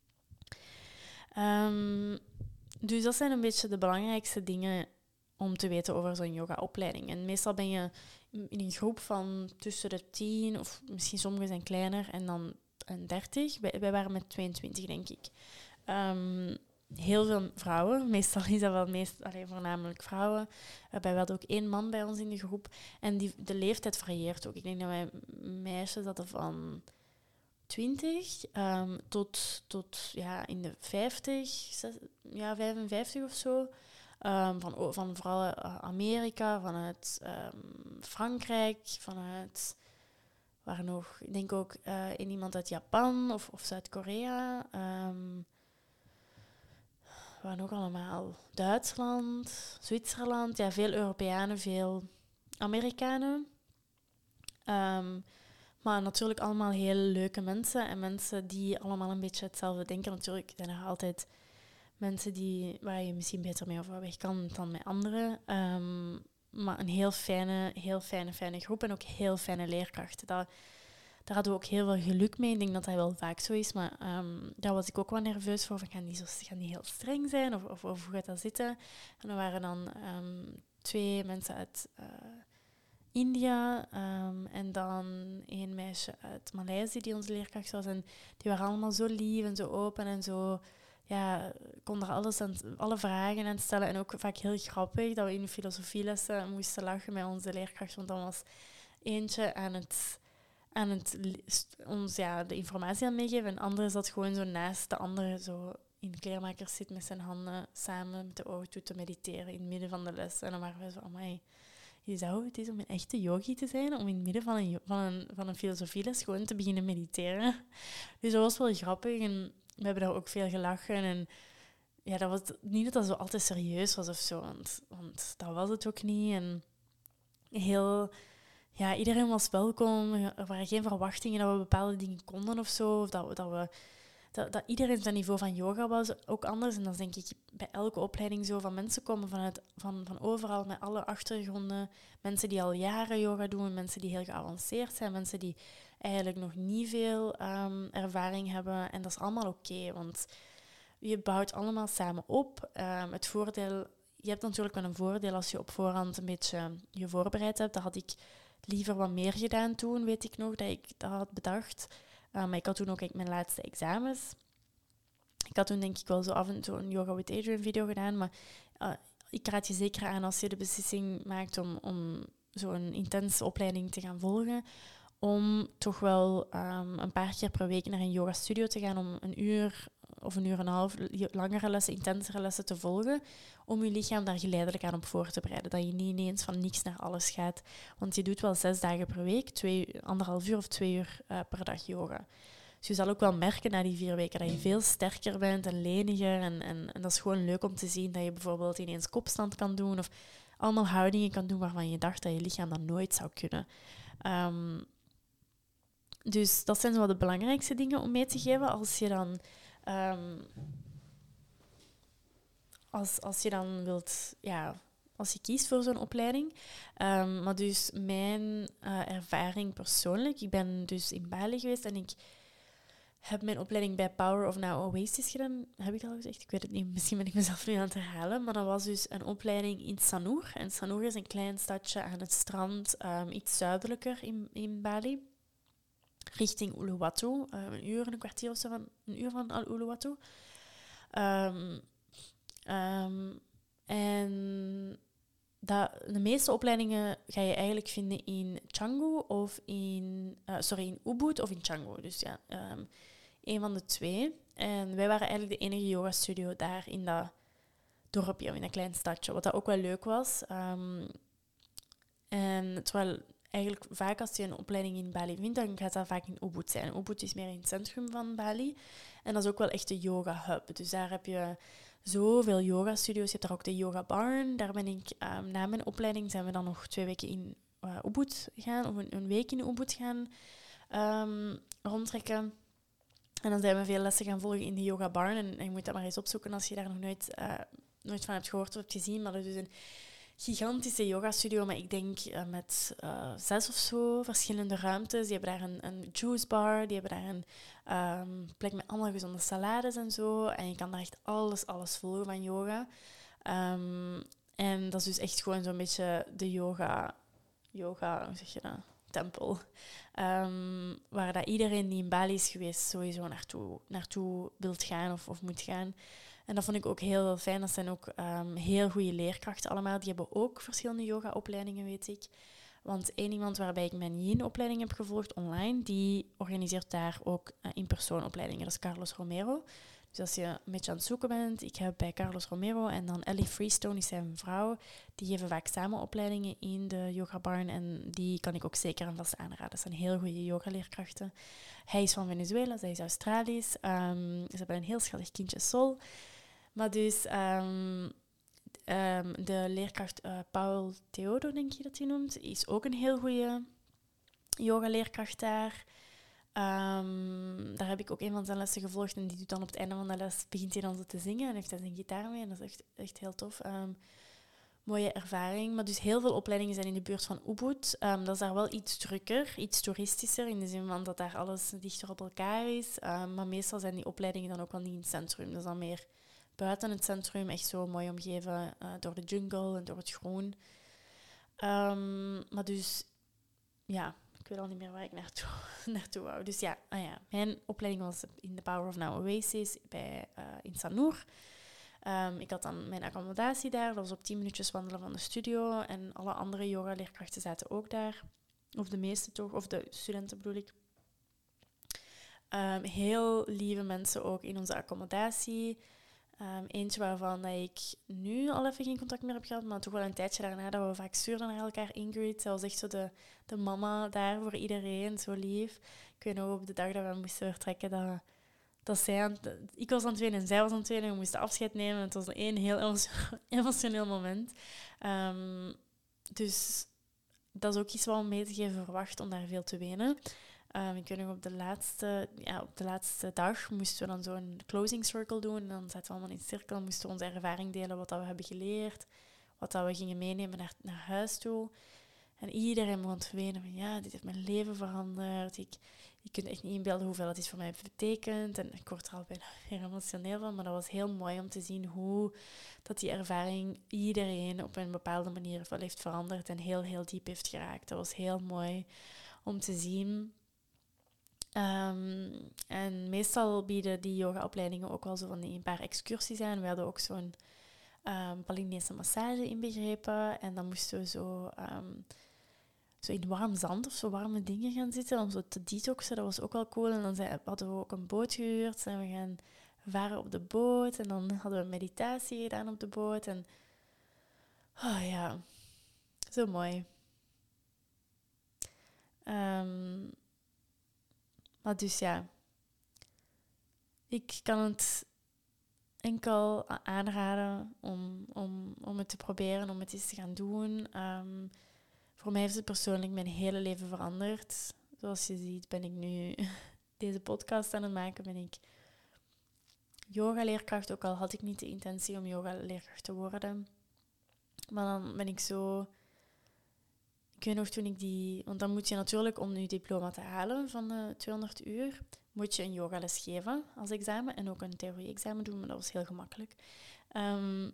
Um, dus dat zijn een beetje de belangrijkste dingen om te weten over zo'n yoga-opleiding. En meestal ben je in een groep van tussen de tien, of misschien sommigen zijn kleiner, en dan en dertig. Wij, wij waren met tweeëntwintig, denk ik. Um, heel veel vrouwen. Meestal is dat wel meest, allee, voornamelijk vrouwen. Uh, wij hadden ook één man bij ons in de groep. En die, de leeftijd varieert ook. Ik denk dat wij meisjes hadden van twintig um, tot, tot ja, in de vijftig, zes, ja, vijfenvijftig of zo. Um, van, van vooral Amerika, vanuit um, Frankrijk, vanuit... Waar nog? Ik denk ook uh, in iemand uit Japan of, of Zuid-Korea. Um, waar nog allemaal? Duitsland, Zwitserland. Ja, veel Europeanen, veel Amerikanen. Um, maar natuurlijk allemaal heel leuke mensen. En mensen die allemaal een beetje hetzelfde denken. Natuurlijk zijn er altijd mensen die, waar je misschien beter mee overweg kan dan met anderen. Um, maar een heel fijne, heel fijne, fijne groep. En ook heel fijne leerkrachten. Dat, daar hadden we ook heel veel geluk mee. Ik denk dat dat wel vaak zo is. Maar um, daar was ik ook wel nerveus voor. Van, gaan, die zo, gaan die heel streng zijn? Of, of, of hoe gaat dat zitten? En er waren dan um, twee mensen uit uh, India. Um, en dan een meisje uit Maleisië die onze leerkracht was. En die waren allemaal zo lief en zo open en zo... Ja, kon er alles aan, alle vragen aan stellen. En ook vaak heel grappig dat we in de filosofielessen moesten lachen met onze leerkracht. Want dan was eentje aan het, aan het ons ja, de informatie aan meegeven. En de andere zat gewoon zo naast de andere zo in de kleermakers zit met zijn handen samen met de ogen toe te mediteren in het midden van de les. En dan waren we zo, amai, je zou het is om een echte yogi te zijn, om in het midden van een, van een, van een filosofieles gewoon te beginnen mediteren. Dus dat was wel grappig en we hebben daar ook veel gelachen. En ja, dat was niet dat dat zo altijd serieus was of zo, want, want dat was het ook niet. En heel, ja, iedereen was welkom. Er waren geen verwachtingen dat we bepaalde dingen konden of zo. Of dat, we, dat, we, dat, dat iedereen zijn niveau van yoga was ook anders. En dat is denk ik bij elke opleiding zo. Van mensen komen vanuit, van, van overal, met alle achtergronden. Mensen die al jaren yoga doen. Mensen die heel geavanceerd zijn. Mensen die eigenlijk nog niet veel um, ervaring hebben. En dat is allemaal oké, okay, want je bouwt allemaal samen op. Um, het voordeel... Je hebt natuurlijk wel een voordeel als je op voorhand een beetje je voorbereid hebt. Dat had ik liever wat meer gedaan toen, weet ik nog, dat ik dat had bedacht. Uh, maar ik had toen ook mijn laatste examens. Ik had toen denk ik wel zo af en toe een Yoga with Adriene video gedaan. Maar uh, ik raad je zeker aan als je de beslissing maakt om, om zo'n intense opleiding te gaan volgen. Om toch wel um, een paar keer per week naar een yoga studio te gaan om een uur of een uur en een half langere lessen, intensere lessen te volgen, om je lichaam daar geleidelijk aan op voor te bereiden. Dat je niet ineens van niks naar alles gaat. Want je doet wel zes dagen per week, twee, anderhalf uur of twee uur uh, per dag yoga. Dus je zal ook wel merken na die vier weken dat je veel sterker bent en leniger. En, en, en dat is gewoon leuk om te zien dat je bijvoorbeeld ineens kopstand kan doen of allemaal houdingen kan doen waarvan je dacht dat je lichaam dat nooit zou kunnen. Um, dus dat zijn zo de belangrijkste dingen om mee te geven als je dan... Um, als, als je dan wilt, ja, als je kiest voor zo'n opleiding. Um, maar dus mijn uh, ervaring persoonlijk, ik ben dus in Bali geweest en ik heb mijn opleiding bij Power of Now Oasis gedaan. Heb ik al gezegd? Ik weet het niet, misschien ben ik mezelf nu aan het herhalen. Maar dat was dus een opleiding in Sanur. En Sanur is een klein stadje aan het strand, um, iets zuidelijker in, in Bali. Richting Uluwatu, uh, een uur en een kwartier of zo van een uur van Uluwatu. Um, um, en dat, de meeste opleidingen ga je eigenlijk vinden in Canggu of in, uh, sorry, in Ubud of in Canggu. Dus ja, um, een van de twee. En wij waren eigenlijk de enige yoga studio daar in dat dorpje, in dat klein stadje, wat dat ook wel leuk was. Um, en terwijl eigenlijk vaak als je een opleiding in Bali vindt, dan gaat dat vaak in Ubud zijn. Ubud is meer in het centrum van Bali. En dat is ook wel echt de yoga hub. Dus daar heb je zoveel yoga studio's. Je hebt daar ook de yoga barn. Daar ben ik, um, na mijn opleiding zijn we dan nog twee weken in uh, Ubud gaan, of een, een week in Ubud gaan um, rondtrekken. En dan zijn we veel lessen gaan volgen in de yoga barn. En, en je moet dat maar eens opzoeken als je daar nog nooit, uh, nooit van hebt gehoord of hebt gezien. Maar dat is een gigantische yogastudio, maar ik denk uh, met uh, zes of zo verschillende ruimtes. Die hebben daar een, een juice bar, die hebben daar een um, plek met allemaal gezonde salades en zo. En je kan daar echt alles, alles volgen van yoga. Um, en dat is dus echt gewoon zo'n beetje de yoga, yoga, hoe zeg je dat, tempel. Um, waar dat iedereen die in Bali is geweest sowieso naartoe, naartoe wilt gaan of, of moet gaan. En dat vond ik ook heel fijn. Dat zijn ook um, heel goede leerkrachten allemaal. Die hebben ook verschillende yoga-opleidingen, weet ik. Want één iemand waarbij ik mijn yin-opleiding heb gevolgd online, die organiseert daar ook uh, in-persoon opleidingen. Dat is Carlos Romero. Dus als je een beetje aan het zoeken bent, ik heb bij Carlos Romero en dan Ellie Freestone, is zijn vrouw. Die geven vaak samen opleidingen in de yoga barn en die kan ik ook zeker en vast aanraden. Dat zijn heel goede yogaleerkrachten. Hij is van Venezuela, zij is Australisch. Um, ze hebben een heel schattig kindje, Sol. Maar dus um, um, de leerkracht uh, Paul Theodo, denk je dat hij noemt, is ook een heel goede yogaleerkracht daar. Um, daar heb ik ook een van zijn lessen gevolgd en die doet dan op het einde van de les, begint hij dan zo te zingen en heeft hij zijn gitaar mee en dat is echt, echt heel tof. Um, mooie ervaring. Maar dus heel veel opleidingen zijn in de buurt van Ubud. Um, dat is daar wel iets drukker, iets toeristischer, in de zin van dat daar alles dichter op elkaar is. Um, maar meestal zijn die opleidingen dan ook wel niet in het centrum. Dat is dan meer buiten het centrum, echt zo mooi omgeven uh, door de jungle en door het groen. Um, maar dus, ja, ik weet al niet meer waar ik naartoe, naartoe wou. Dus ja, ah ja, mijn opleiding was in de Power of Now Oasis bij, uh, in Sanur. Um, ik had dan mijn accommodatie daar. Dat was op tien minuutjes wandelen van de studio. En alle andere yoga-leerkrachten zaten ook daar. Of de meeste toch, of de studenten bedoel ik. Um, heel lieve mensen ook in onze accommodatie. Um, eentje waarvan dat ik nu al even geen contact meer heb gehad, maar toch wel een tijdje daarna dat we vaak stuurden naar elkaar. Ingrid, zij was echt zo de, de mama daar voor iedereen, zo lief. Ik weet nog op de dag dat we moesten vertrekken, dat, dat zij aan, dat, ik was aan het wenen en zij was aan het wenen en we moesten afscheid nemen. Het was een heel emotioneel moment. Um, dus dat is ook iets wat om mee te geven. Verwacht om daar veel te wenen. Um, ik weet nog, op de, laatste, ja, op de laatste dag moesten we dan zo'n closing circle doen. En dan zaten we allemaal in cirkel en moesten we onze ervaring delen, wat dat we hebben geleerd, wat dat we gingen meenemen naar, naar huis toe. En iedereen begon te wenen van ja, dit heeft mijn leven veranderd. Ik, je kunt echt niet inbeelden hoeveel het is voor mij betekent. En ik word er al bijna weer emotioneel van, maar dat was heel mooi om te zien hoe dat die ervaring iedereen op een bepaalde manier wel heeft veranderd en heel, heel diep heeft geraakt. Dat was heel mooi om te zien. Um, en meestal bieden die yogaopleidingen ook wel zo van die een paar excursies aan. We hadden ook zo'n um, Balinese massage inbegrepen. En dan moesten we zo, um, zo in warm zand of zo warme dingen gaan zitten om zo te detoxen. Dat was ook wel cool. En dan zijn, hadden we ook een boot gehuurd. Zijn we gaan varen op de boot. En dan hadden we meditatie gedaan op de boot. En oh ja, zo mooi. Um, Maar dus ja, ik kan het enkel aanraden om, om, om het te proberen, om het eens te gaan doen. Um, voor mij heeft het persoonlijk mijn hele leven veranderd. Zoals je ziet ben ik nu deze podcast aan het maken, ben ik yogaleerkracht, ook al had ik niet de intentie om yogaleerkracht te worden. Maar dan ben ik zo... Ik weet nog toen ik die... Want dan moet je natuurlijk, om je diploma te halen van de tweehonderd uur, moet je een yogales geven als examen en ook een theorie-examen doen, maar dat was heel gemakkelijk. Um,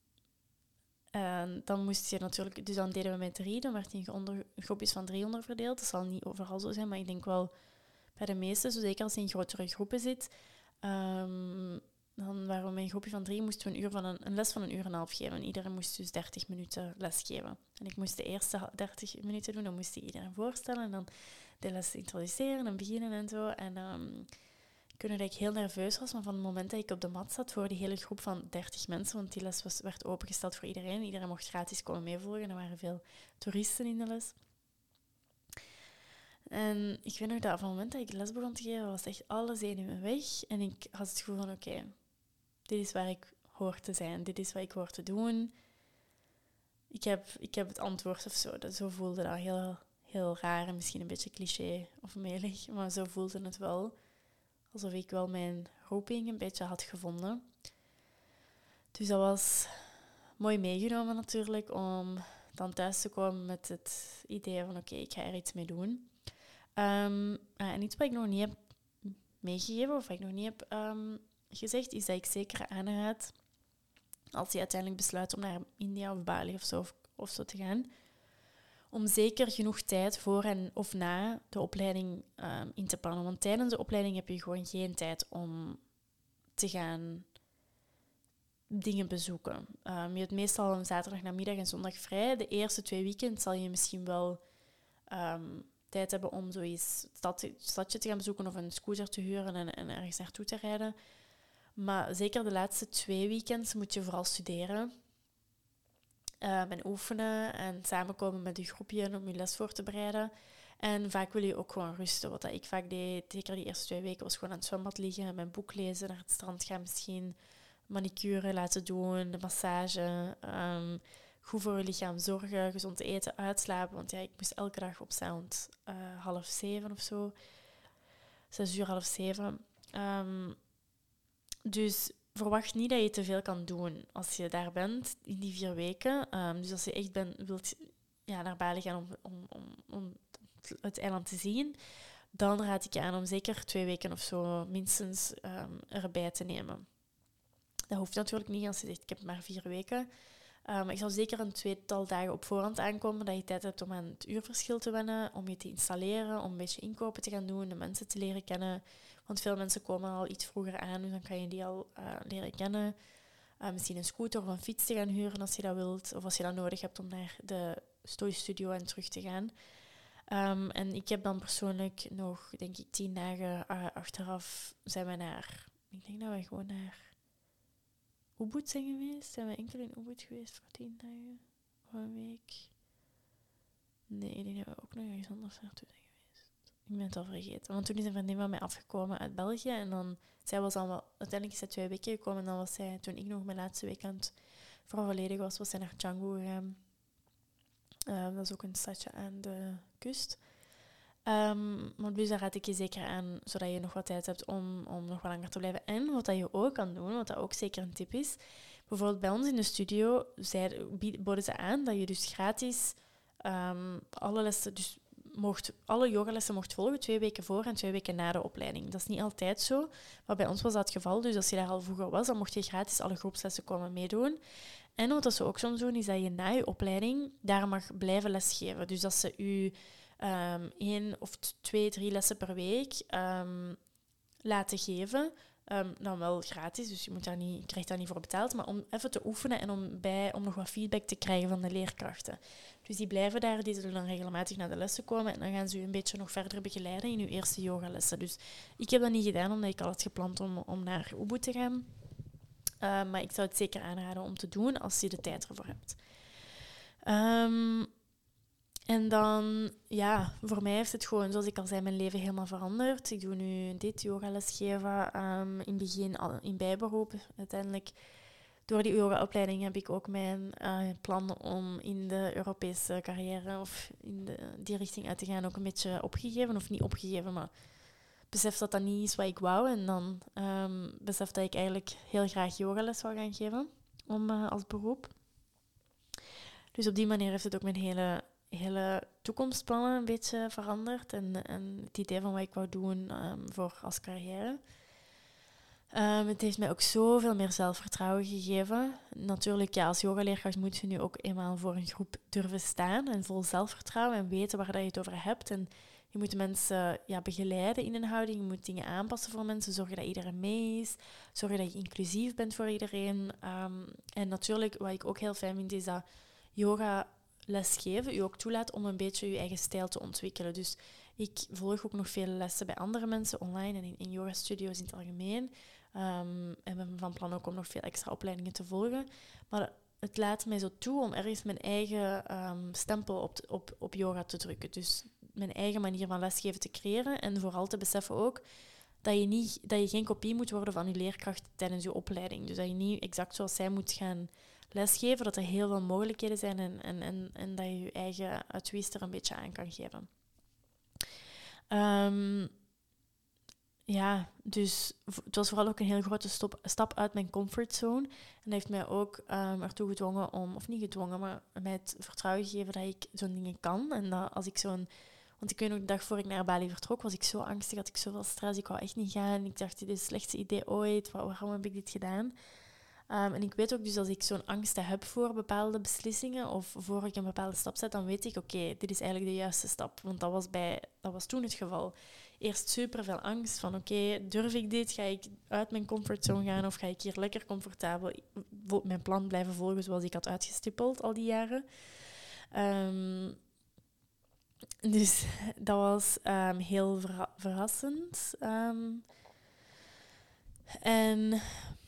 en dan moest je natuurlijk... Dus dan deden we met drie, dan werd die onder, groepjes van drie onderverdeeld. Dat zal niet overal zo zijn, maar ik denk wel bij de meeste, zo zeker als je in grotere groepen zit. Um, dan waren we met een groepje van drie, moesten we een, uur van een, een les van een uur en een half geven. En iedereen moest dus dertig minuten les geven. En ik moest de eerste dertig minuten doen, dan moest ik iedereen voorstellen en dan de les introduceren en beginnen en zo. En um, ik weet nog dat ik heel nerveus was, maar van het moment dat ik op de mat zat voor die hele groep van dertig mensen, want die les was, werd opengesteld voor iedereen. Iedereen mocht gratis komen meevolgen. Er waren veel toeristen in de les. En ik weet nog dat van het moment dat ik les begon te geven, was echt alle zenuwen weg. En ik had het gevoel van, oké, okay, dit is waar ik hoor te zijn. Dit is wat ik hoor te doen. Ik heb, ik heb het antwoord of zo. Dat, zo voelde dat heel, heel raar en misschien een beetje cliché of melig. Maar zo voelde het wel. Alsof ik wel mijn roeping een beetje had gevonden. Dus dat was mooi meegenomen natuurlijk. Om dan thuis te komen met het idee van, oké, okay, ik ga er iets mee doen. Um, en iets wat ik nog niet heb meegegeven of wat ik nog niet heb um, gezegd, is dat ik zeker aanraad, als je uiteindelijk besluit om naar India of Bali of zo, of, of zo te gaan, om zeker genoeg tijd voor en of na de opleiding um, in te plannen. Want tijdens de opleiding heb je gewoon geen tijd om te gaan dingen bezoeken. Um, je hebt meestal een zaterdag namiddag en zondag vrij. De eerste twee weekends zal je misschien wel um, tijd hebben om zoiets stad, stadje te gaan bezoeken of een scooter te huren en, en ergens naartoe te rijden. Maar zeker de laatste twee weekends moet je vooral studeren um, en oefenen en samenkomen met je groepje om je les voor te bereiden. En vaak wil je ook gewoon rusten. Wat ik vaak deed, zeker die eerste twee weken, was gewoon aan het zwembad liggen, mijn boek lezen, naar het strand gaan misschien, manicure laten doen, de massage, um, goed voor je lichaam zorgen, gezond eten, uitslapen. Want ja, ik moest elke dag opstaan rond uh, half zeven of zo. Zes uur, half zeven. Um, dus verwacht niet dat je te veel kan doen als je daar bent in die vier weken. Um, dus als je echt bent, wilt ja, naar Bali gaan om, om, om, om het eiland te zien, dan raad ik je aan om zeker twee weken of zo minstens um, erbij te nemen. Dat hoeft natuurlijk niet als je zegt, ik heb maar vier weken. Um, ik zou zeker een tweetal dagen op voorhand aankomen, dat je tijd hebt om aan het uurverschil te wennen, om je te installeren, om een beetje inkopen te gaan doen, de mensen te leren kennen. Want veel mensen komen al iets vroeger aan, dus dan kan je die al uh, leren kennen. Uh, misschien een scooter of een fiets te gaan huren als je dat wilt, of als je dat nodig hebt om naar de Stoïstudio en terug te gaan. Um, en ik heb dan persoonlijk nog, denk ik, tien dagen uh, achteraf zijn we naar... Ik denk dat we gewoon naar Ubud zijn geweest. Zijn we enkel in Ubud geweest voor tien dagen? Of een week? Nee, ik denk dat we ook nog ergens anders naartoe zijn geweest. Ik ben het al vergeten. Want toen is een vriendin van mij afgekomen uit België. En dan... Zij was al wel... Uiteindelijk is zij twee weken gekomen. En dan was zij... Toen ik nog mijn laatste week aan het vervolledigen was, was zij naar Canggu gegaan. Uh, dat is ook een stadje aan de kust. Um, maar dus daar raad ik je zeker aan, zodat je nog wat tijd hebt om, om nog wat langer te blijven. En wat dat je ook kan doen, wat dat ook zeker een tip is, bijvoorbeeld bij ons in de studio zij, boden ze aan dat je dus gratis um, alle lessen, dus mocht, alle yogalessen mocht volgen, twee weken voor en twee weken na de opleiding. Dat is niet altijd zo, maar bij ons was dat het geval. Dus als je daar al vroeger was, dan mocht je gratis alle groepslessen komen meedoen. En wat ze ook soms doen, is dat je na je opleiding daar mag blijven lesgeven. Dus dat ze je um, één of twee, drie lessen per week um, laten geven. Um, dan wel gratis, dus je, moet daar niet, je krijgt daar niet voor betaald. Maar om even te oefenen en om, bij, om nog wat feedback te krijgen van de leerkrachten. Dus die blijven daar, die zullen dan regelmatig naar de lessen komen. En dan gaan ze je een beetje nog verder begeleiden in je eerste yogalessen. Dus ik heb dat niet gedaan, omdat ik al had gepland om, om naar Ubud te gaan. Uh, maar ik zou het zeker aanraden om te doen als je de tijd ervoor hebt. Um, en dan, ja, voor mij heeft het gewoon, zoals ik al zei, mijn leven helemaal veranderd. Ik doe nu dit yogales geven, um, in het begin al in bijberoep. Uiteindelijk, door die yogaopleiding heb ik ook mijn uh, plan om in de Europese carrière of in de, die richting uit te gaan ook een beetje opgegeven. Of niet opgegeven, maar besef dat dat niet is wat ik wou. En dan um, besef dat ik eigenlijk heel graag yogales zou gaan geven om, uh, als beroep. Dus op die manier heeft het ook mijn hele, hele toekomstplannen een beetje veranderd. En, en het idee van wat ik wou doen um, voor als carrière. Um, het heeft mij ook zoveel meer zelfvertrouwen gegeven. Natuurlijk, ja, als yogaleerkracht moet je nu ook eenmaal voor een groep durven staan. En vol zelfvertrouwen en weten waar dat je het over hebt. En je moet mensen ja, begeleiden in een houding. Je moet dingen aanpassen voor mensen. Zorgen dat iedereen mee is. Zorgen dat je inclusief bent voor iedereen. Um, en natuurlijk, wat ik ook heel fijn vind, is dat yoga lesgeven u ook toelaat om een beetje je eigen stijl te ontwikkelen. Dus ik volg ook nog veel lessen bij andere mensen online en in, in yoga-studio's in het algemeen. Um, en we hebben van plan ook om nog veel extra opleidingen te volgen. Maar het laat mij zo toe om ergens mijn eigen um, stempel op, te, op, op yoga te drukken. Dus mijn eigen manier van lesgeven te creëren. En vooral te beseffen ook dat je, niet, dat je geen kopie moet worden van je leerkracht tijdens je opleiding. Dus dat je niet exact zoals zij moet gaan lesgeven. Dat er heel veel mogelijkheden zijn en, en, en, en dat je je eigen twist er een beetje aan kan geven. Um, ja, dus het was vooral ook een heel grote stop, stap uit mijn comfortzone. En dat heeft mij ook um, ertoe gedwongen om, of niet gedwongen, maar mij het vertrouwen gegeven dat ik zo'n dingen kan. En dat als ik zo'n... Want ik weet nog, de dag voor ik naar Bali vertrok, was ik zo angstig, had ik zoveel stress. Ik wou echt niet gaan. Ik dacht, dit is het slechtste idee ooit. Waarom heb ik dit gedaan? Um, en ik weet ook dus, als ik zo'n angst heb voor bepaalde beslissingen of voor ik een bepaalde stap zet, dan weet ik, oké, okay, dit is eigenlijk de juiste stap. Want dat was, bij, dat was toen het geval. Eerst super veel angst van, oké, okay, durf ik dit? Ga ik uit mijn comfortzone gaan of ga ik hier lekker comfortabel mijn plan blijven volgen zoals ik had uitgestippeld al die jaren? Um, dus dat was um, heel verra- verrassend. Um, en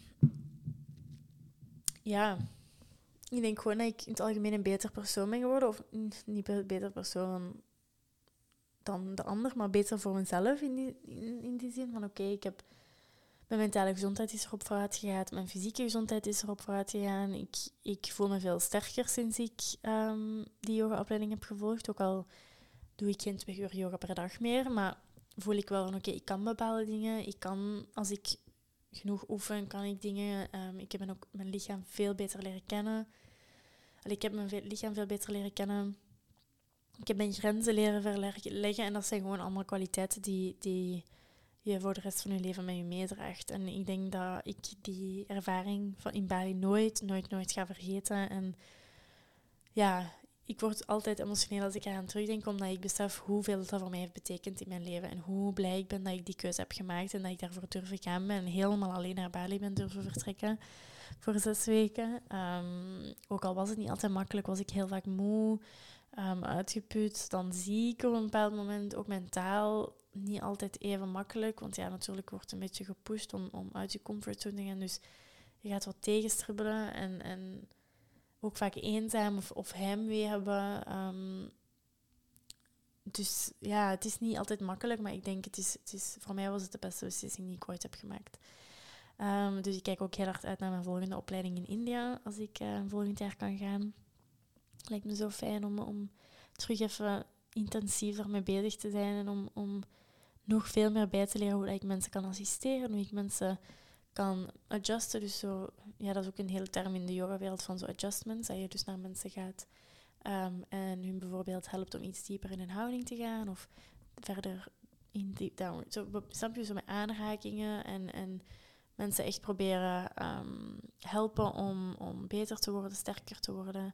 ja, ik denk gewoon dat ik in het algemeen een beter persoon ben geworden. Of niet een beter persoon dan de ander, maar beter voor mezelf in die, in, in die zin van oké, okay, ik heb... Mijn mentale gezondheid is erop vooruit gegaan. Mijn fysieke gezondheid is erop vooruit gegaan. Ik, ik voel me veel sterker sinds ik um, die yogaopleiding heb gevolgd. Ook al doe ik geen twee uur yoga per dag meer. Maar voel ik wel van oké, okay, ik kan bepaalde dingen. Ik kan, als ik genoeg oefen, kan ik dingen. Um, ik heb ook mijn lichaam veel beter leren kennen. Allee, ik heb mijn ve- lichaam veel beter leren kennen. Ik heb mijn grenzen leren verleggen. En dat zijn gewoon allemaal kwaliteiten die... die je voor de rest van je leven met je meedraagt. En ik denk dat ik die ervaring van in Bali nooit, nooit, nooit ga vergeten. En ja, ik word altijd emotioneel als ik eraan terugdenk, omdat ik besef hoeveel dat voor mij heeft betekend in mijn leven. En hoe blij ik ben dat ik die keuze heb gemaakt en dat ik daarvoor durf gaan ben. En helemaal alleen naar Bali ben durven vertrekken voor zes weken. Um, ook al was het niet altijd makkelijk, was ik heel vaak moe, um, uitgeput, dan ziek op een bepaald moment, ook mentaal niet altijd even makkelijk, want ja, natuurlijk wordt een beetje gepusht om, om uit je comfortzone te gaan, dus je gaat wat tegenstribbelen en, en ook vaak eenzaam of, of heimwee hebben. Um, dus ja, het is niet altijd makkelijk, maar ik denk, het is, het is, voor mij was het de beste beslissing die ik ooit heb gemaakt. Um, dus ik kijk ook heel hard uit naar mijn volgende opleiding in India, als ik uh, volgend jaar kan gaan. Het lijkt me zo fijn om, om terug even intensief ermee bezig te zijn en om, om nog veel meer bij te leren hoe ik mensen kan assisteren, hoe ik mensen kan adjusten. Dus zo, ja, dat is ook een hele term in de yoga-wereld van zo adjustments, dat je dus naar mensen gaat um, en hun bijvoorbeeld helpt om iets dieper in hun houding te gaan of verder in deep downward. Zo, snap je, zo met aanrakingen en, en mensen echt proberen um, helpen om, om beter te worden, sterker te worden.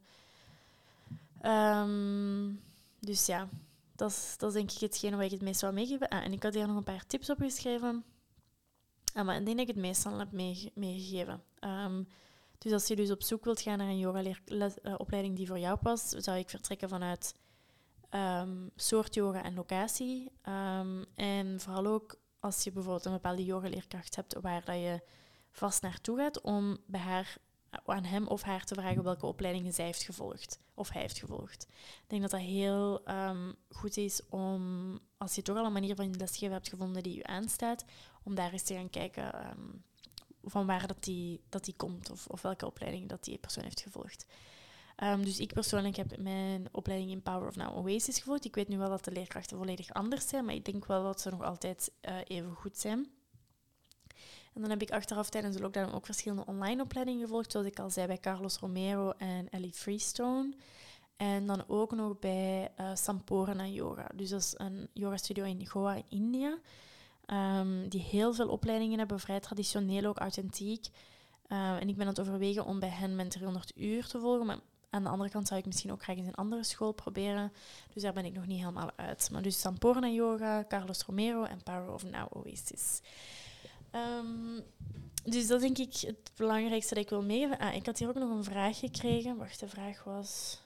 Um, dus ja, dat is, dat is denk ik hetgene wat ik het meest zou meegeven. Ah, en ik had hier nog een paar tips opgeschreven. Ah, maar ik denk dat ik het meestal heb meege- meegegeven. Um, dus als je dus op zoek wilt gaan naar een yoga-opleiding die voor jou past, zou ik vertrekken vanuit um, soort yoga en locatie. Um, en vooral ook als je bijvoorbeeld een bepaalde yogaleerkracht hebt waar dat je vast naartoe gaat, om bij haar, aan hem of haar te vragen welke opleidingen zij heeft gevolgd of hij heeft gevolgd. Ik denk dat dat heel um, goed is om, als je toch al een manier van lesgeven hebt gevonden die je aanstaat, om daar eens te gaan kijken um, van waar dat die, dat die komt of, of welke opleiding dat die persoon heeft gevolgd. Um, dus ik persoonlijk heb mijn opleiding in Power of Now Oasis gevolgd. Ik weet nu wel dat de leerkrachten volledig anders zijn, maar ik denk wel dat ze nog altijd uh, even goed zijn. En dan heb ik achteraf tijdens de lockdown ook verschillende online opleidingen gevolgd, zoals ik al zei bij Carlos Romero en Ellie Freestone. En dan ook nog bij uh, Samporana Yoga. Dus dat is een yogastudio in Goa in India, um, die heel veel opleidingen hebben, vrij traditioneel, ook authentiek. Uh, en ik ben aan het overwegen om bij hen mijn driehonderd uur te volgen, maar aan de andere kant zou ik misschien ook graag eens een andere school proberen. Dus daar ben ik nog niet helemaal uit. Maar dus Samporana Yoga, Carlos Romero en Power of Now Oasis. Um, dus dat denk ik het belangrijkste dat ik wil meegeven. Ah, ik had hier ook nog een vraag gekregen. Wacht, de vraag was...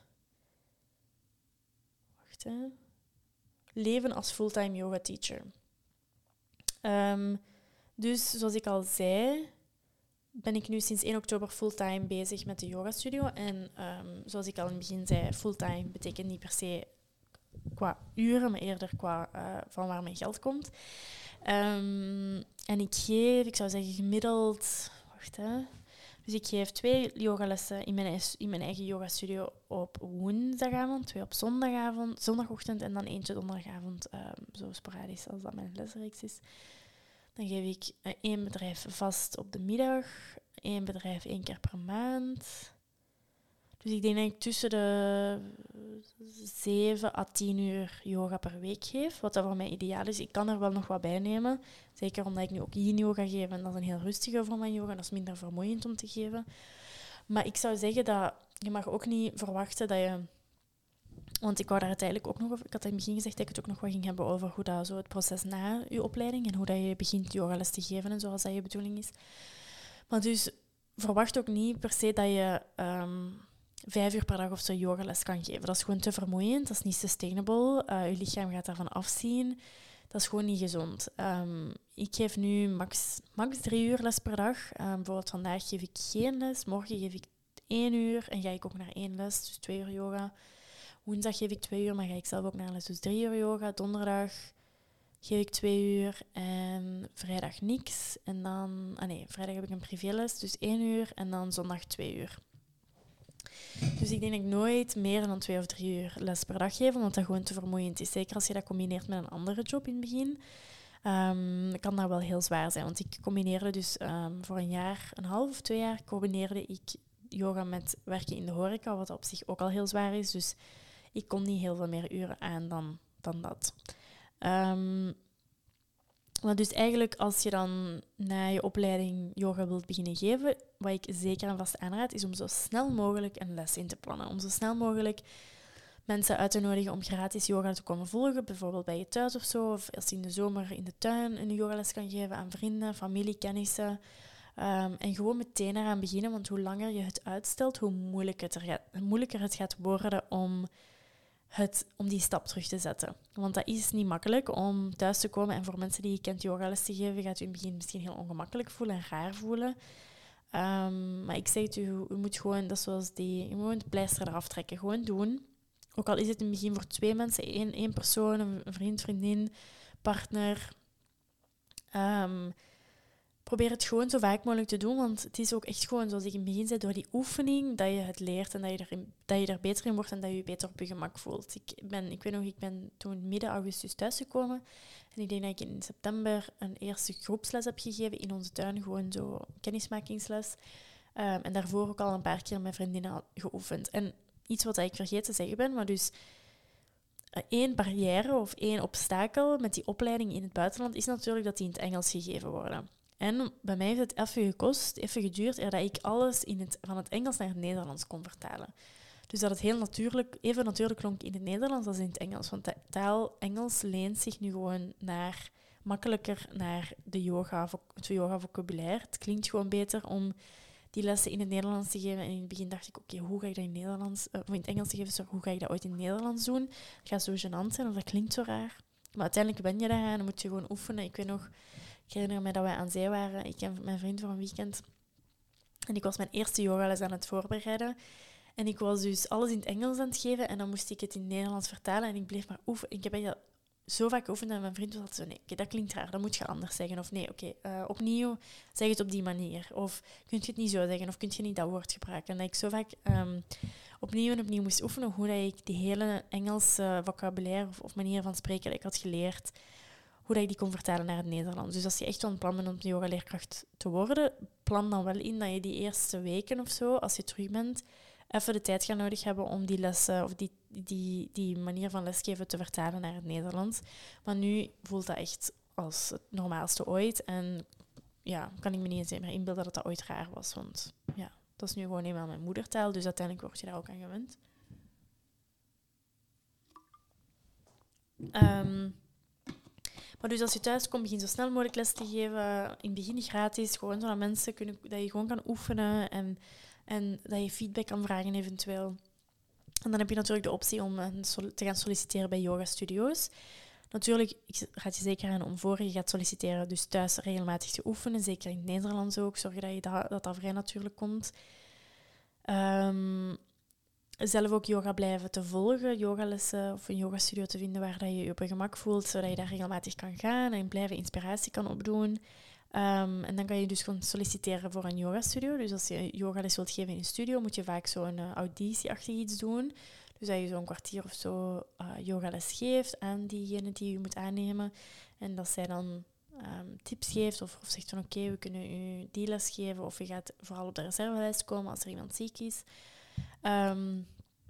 Wacht, hè. Leven als fulltime yoga teacher. Um, dus, zoals ik al zei, ben ik nu sinds één oktober fulltime bezig met de yogastudio. En um, zoals ik al in het begin zei, fulltime betekent niet per se qua uren, maar eerder qua uh, van waar mijn geld komt. Um, en ik geef, ik zou zeggen gemiddeld... Wacht, hè. Dus ik geef twee yogalessen in mijn, in mijn eigen yogastudio op woensdagavond, twee op zondagavond, zondagochtend en dan eentje donderdagavond, um, zo sporadisch als dat mijn lesreeks is. Dan geef ik uh, één bedrijf vast op de middag, één bedrijf één keer per maand. Dus ik denk dat ik tussen de zeven à tien uur yoga per week geef, wat dat voor mij ideaal is. Ik kan er wel nog wat bij nemen, zeker omdat ik nu ook yin yoga geef en dat is een heel rustige vorm van yoga, dat is minder vermoeiend om te geven. Maar ik zou zeggen dat je mag ook niet verwachten dat je... Want ik wou daar uiteindelijk ook nog over... Ik had in het begin gezegd dat ik het ook nog wat ging hebben over hoe dat zo het proces na je opleiding en hoe dat je begint yogales te geven en zo, als dat je bedoeling is. Maar dus verwacht ook niet per se dat je... Um, vijf uur per dag of zo yogales kan geven. Dat is gewoon te vermoeiend, dat is niet sustainable. Uh, je lichaam gaat daarvan afzien. Dat is gewoon niet gezond. Um, ik geef nu max, max drie uur les per dag. Um, bijvoorbeeld vandaag geef ik geen les, morgen geef ik één uur en ga ik ook naar één les, dus twee uur yoga. Woensdag geef ik twee uur, maar ga ik zelf ook naar les, dus drie uur yoga. Donderdag geef ik twee uur en vrijdag niks. En dan... Ah nee, vrijdag heb ik een privéles, dus één uur en dan zondag twee uur. Dus ik denk dat ik nooit meer dan twee of drie uur les per dag geef, omdat dat gewoon te vermoeiend is. Zeker als je dat combineert met een andere job in het begin, um, kan dat wel heel zwaar zijn. Want ik combineerde dus um, voor een jaar, een half of twee jaar, combineerde ik yoga met werken in de horeca, wat op zich ook al heel zwaar is. Dus ik kon niet heel veel meer uren aan dan, dan dat. Um, Maar dus eigenlijk, als je dan na je opleiding yoga wilt beginnen geven, wat ik zeker en vast aanraad, is om zo snel mogelijk een les in te plannen. Om zo snel mogelijk mensen uit te nodigen om gratis yoga te komen volgen, bijvoorbeeld bij je thuis of zo. Of als je in de zomer in de tuin een yogales kan geven aan vrienden, familie, kennissen. Um, en gewoon meteen eraan beginnen, want hoe langer je het uitstelt, hoe moeilijker het, er gaat, hoe moeilijker het gaat worden om... Het, om die stap terug te zetten. Want dat is niet makkelijk om thuis te komen en voor mensen die je kent yogales te geven, gaat u in het begin misschien heel ongemakkelijk voelen en raar voelen. Um, maar ik zeg het u, u moet gewoon, dat is zoals die, je moet het pleister eraf trekken. Gewoon doen. Ook al is het in het begin voor twee mensen, één, één persoon, een vriend, vriendin, partner. Um, probeer het gewoon zo vaak mogelijk te doen, want het is ook echt gewoon, zoals ik in het begin zei, door die oefening dat je het leert en dat je er, in, dat je er beter in wordt en dat je je beter op je gemak voelt. Ik, ben, ik weet nog, ik ben toen midden augustus thuisgekomen en ik denk dat ik in september een eerste groepsles heb gegeven in onze tuin, gewoon zo kennismakingsles. Um, en daarvoor ook al een paar keer met vriendinnen geoefend. En iets wat ik vergeten te zeggen ben, maar dus uh, één barrière of één obstakel met die opleiding in het buitenland is natuurlijk dat die in het Engels gegeven worden. En bij mij heeft het even gekost, even geduurd, eer dat ik alles in het, van het Engels naar het Nederlands kon vertalen. Dus dat het heel natuurlijk, even natuurlijk klonk in het Nederlands als in het Engels. Want de taal Engels leent zich nu gewoon naar, makkelijker naar de yoga, het yoga-vocabulaire. Het klinkt gewoon beter om die lessen in het Nederlands te geven. En in het begin dacht ik, oké, okay, hoe ga ik dat in het Nederlands, uh, of in het Engels te geven, sorry, hoe ga ik dat ooit in het Nederlands doen? Dat gaat zo gênant zijn of dat klinkt zo raar. Maar uiteindelijk ben je daar en dan moet je gewoon oefenen. Ik weet nog, ik herinner me dat wij aan zee waren, ik en mijn vriend voor een weekend. En ik was mijn eerste yogales aan het voorbereiden. En ik was dus alles in het Engels aan het geven en dan moest ik het in het Nederlands vertalen. En ik bleef maar oefenen. Ik heb echt zo vaak geoefend en mijn vriend was altijd zo, nee, okay, dat klinkt raar, dat moet je anders zeggen. Of nee, oké, okay, uh, opnieuw, zeg het op die manier. Of kun je het niet zo zeggen, of kun je niet dat woord gebruiken. En dat ik zo vaak um, opnieuw en opnieuw moest oefenen hoe dat ik die hele Engelse vocabulaire of, of manier van spreken dat ik had geleerd, hoe dat ik die kon vertalen naar het Nederlands. Dus als je echt wel een plan bent om yogaleerkracht te worden, plan dan wel in dat je die eerste weken of zo, als je terug bent, even de tijd gaat nodig hebben om die lessen of die, die, die manier van lesgeven te vertalen naar het Nederlands. Maar nu voelt dat echt als het normaalste ooit. En ja, kan ik me niet eens meer inbeelden dat dat ooit raar was. Want ja, dat is nu gewoon eenmaal mijn moedertaal. Dus uiteindelijk word je daar ook aan gewend. Um, maar dus als je thuis komt, begin zo snel mogelijk les te geven. In het begin gratis, gewoon zodat mensen kunnen, dat je gewoon kan oefenen en En dat je feedback kan vragen eventueel. En dan heb je natuurlijk de optie om te gaan solliciteren bij yoga-studio's. Natuurlijk, ik raad je zeker aan om voor je gaat solliciteren, dus thuis regelmatig te oefenen. Zeker in het Nederlands ook. Zorg dat je dat, dat, dat vrij natuurlijk komt. Um, zelf ook yoga blijven te volgen. Yogalessen of een yogastudio te vinden waar dat je je op je gemak voelt. Zodat je daar regelmatig kan gaan en blijven inspiratie kan opdoen. Um, en dan kan je dus gewoon solliciteren voor een yogastudio. Dus als je yogales wilt geven in een studio, moet je vaak zo'n uh, auditieachtig iets doen. Dus dat je zo'n kwartier of zo uh, yogales geeft aan diegene die je moet aannemen. En dat zij dan um, tips geeft of, of zegt van oké, okay, we kunnen u die les geven. Of je gaat vooral op de reservelijst komen als er iemand ziek is. Um,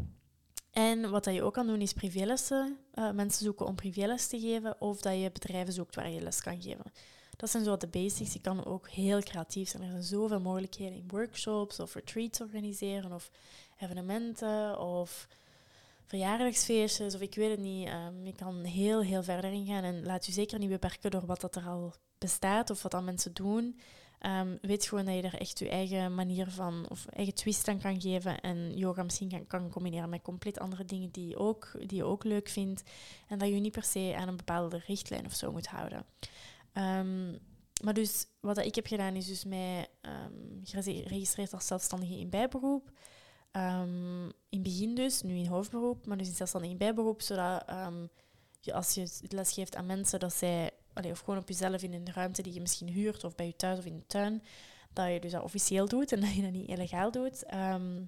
en wat dat je ook kan doen is privélessen. Uh, mensen zoeken om privéles te geven of dat je bedrijven zoekt waar je les kan geven. Dat zijn zo de basics. Je kan ook heel creatief zijn. Er zijn zoveel mogelijkheden in workshops of retreats organiseren of evenementen of verjaardagsfeestjes of ik weet het niet. Um, je kan heel, heel verder ingaan en laat je zeker niet beperken door wat dat er al bestaat of wat dat mensen doen. Um, weet gewoon dat je er echt je eigen manier van of eigen twist aan kan geven en yoga misschien kan, kan combineren met compleet andere dingen die je, ook, die je ook leuk vindt en dat je niet per se aan een bepaalde richtlijn of zo moet houden. Um, maar dus, wat ik heb gedaan, is dus mij um, geregistreerd als zelfstandige in bijberoep. Um, in het begin dus, nu in hoofdberoep, maar dus in zelfstandig in bijberoep, zodat um, je, als je les geeft aan mensen, dat zij, allee, of gewoon op jezelf in een ruimte die je misschien huurt, of bij je thuis of in de tuin, dat je dus dat officieel doet en dat je dat niet illegaal doet. Um,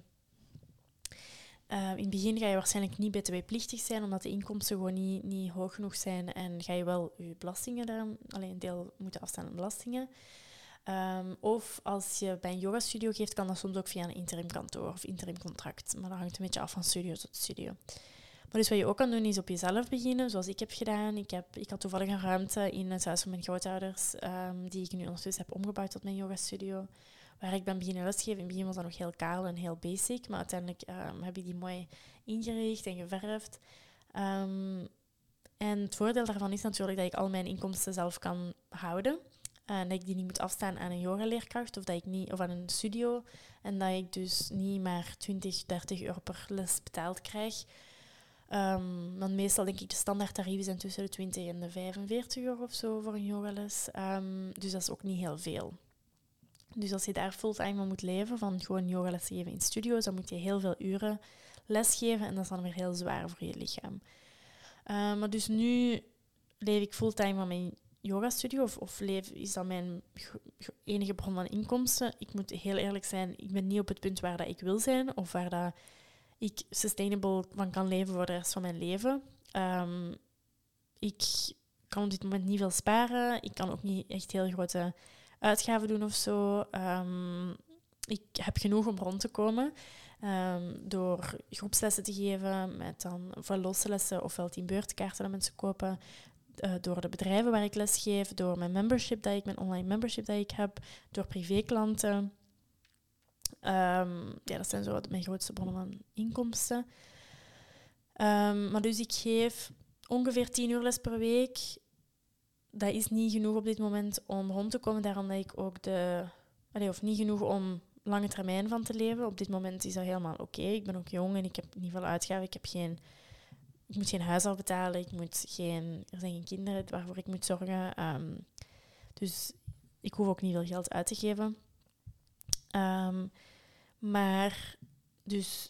Uh, in het begin ga je waarschijnlijk niet B T W-plichtig zijn, omdat de inkomsten gewoon niet, niet hoog genoeg zijn. En ga je wel je belastingen daar, alleen een deel moeten afstaan aan belastingen. Um, of als je bij een yogastudio geeft, kan dat soms ook via een interimkantoor of interimcontract. Maar dat hangt een beetje af van studio tot studio. Maar dus wat je ook kan doen, is op jezelf beginnen, zoals ik heb gedaan. Ik, heb, ik had toevallig een ruimte in het huis van mijn grootouders, um, die ik nu ondertussen heb omgebouwd tot mijn yogastudio. Waar ik ben beginnen lesgeven. In het begin was dat nog heel kaal en heel basic. Maar uiteindelijk um, heb ik die mooi ingericht en geverfd. Um, en het voordeel daarvan is natuurlijk dat ik al mijn inkomsten zelf kan houden. En dat ik die niet moet afstaan aan een yogaleerkracht of, dat ik niet, of aan een studio. En dat ik dus niet maar twintig, dertig euro per les betaald krijg. Um, want meestal denk ik de standaardtarieven zijn tussen de twintig en de vijfenveertig euro of zo voor een yogales. Um, dus dat is ook niet heel veel. Dus als je daar fulltime van moet leven, van gewoon yogales geven in studio's, dan moet je heel veel uren lesgeven en dat is dan weer heel zwaar voor je lichaam. Uh, maar dus nu leef ik fulltime van mijn yogastudio of, of leef, is dat mijn g- g- enige bron van inkomsten? Ik moet heel eerlijk zijn, ik ben niet op het punt waar dat ik wil zijn of waar dat ik sustainable van kan leven voor de rest van mijn leven. Um, ik kan op dit moment niet veel sparen. Ik kan ook niet echt heel grote uitgaven doen of zo. Um, ik heb genoeg om rond te komen. Um, door groepslessen te geven, met dan ofwel losse lessen ofwel tien beurtkaarten dat mensen kopen. Uh, door de bedrijven waar ik les geef, door mijn membership dat ik, mijn online membership dat ik heb, door privéklanten. Um, ja, dat zijn zo mijn grootste bronnen van inkomsten. Um, maar dus ik geef ongeveer tien uur les per week. Dat is niet genoeg op dit moment om rond te komen, daarom dat ik ook de... Allee, of niet genoeg om lange termijn van te leven. Op dit moment is dat helemaal oké. Okay. Ik ben ook jong en ik heb niet veel uitgaven. Ik heb geen... Ik moet geen huis afbetalen, ik moet geen, er zijn geen kinderen waarvoor ik moet zorgen. Um, dus ik hoef ook niet veel geld uit te geven. Um, maar, dus,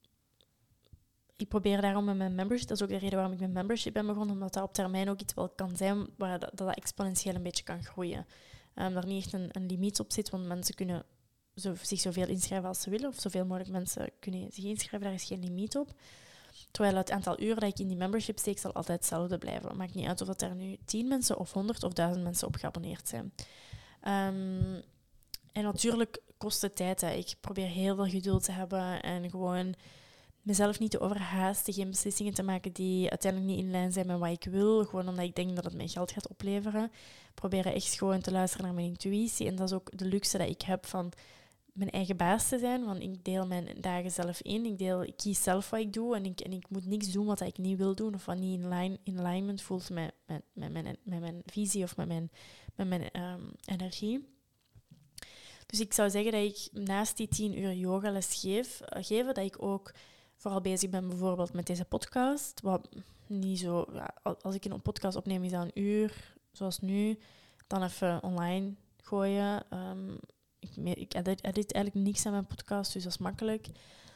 ik probeer daarom met mijn membership, dat is ook de reden waarom ik met membership ben begonnen, omdat dat op termijn ook iets wel kan zijn waar dat, dat exponentieel een beetje kan groeien. Um, daar niet echt een, een limiet op zit, want mensen kunnen zo, zich zoveel inschrijven als ze willen, of zoveel mogelijk mensen kunnen zich inschrijven, daar is geen limiet op. Terwijl het aantal uren dat ik in die membership steek, zal altijd hetzelfde blijven. Het maakt niet uit of dat er nu tien mensen of honderd of duizend mensen op geabonneerd zijn. Um, en natuurlijk kost het tijd. Hè. Ik probeer heel veel geduld te hebben en gewoon mezelf niet te overhaasten, geen beslissingen te maken die uiteindelijk niet in lijn zijn met wat ik wil. Gewoon omdat ik denk dat het mij geld gaat opleveren. Proberen echt gewoon te luisteren naar mijn intuïtie. En dat is ook de luxe dat ik heb van mijn eigen baas te zijn, want ik deel mijn dagen zelf in. Ik, deel, ik kies zelf wat ik doe en ik, en ik moet niks doen wat ik niet wil doen of wat niet in, line, in alignment voelt met, met, met, mijn, met mijn visie of met mijn, met mijn um, energie. Dus ik zou zeggen dat ik naast die tien uur yogales geef, uh, geven, dat ik ook vooral bezig ben bijvoorbeeld met deze podcast. Wat niet zo... Ja, als ik een podcast opneem, is dat een uur, zoals nu. Dan even online gooien. Um, Ik, ik edit, edit eigenlijk niks aan mijn podcast, dus dat is makkelijk.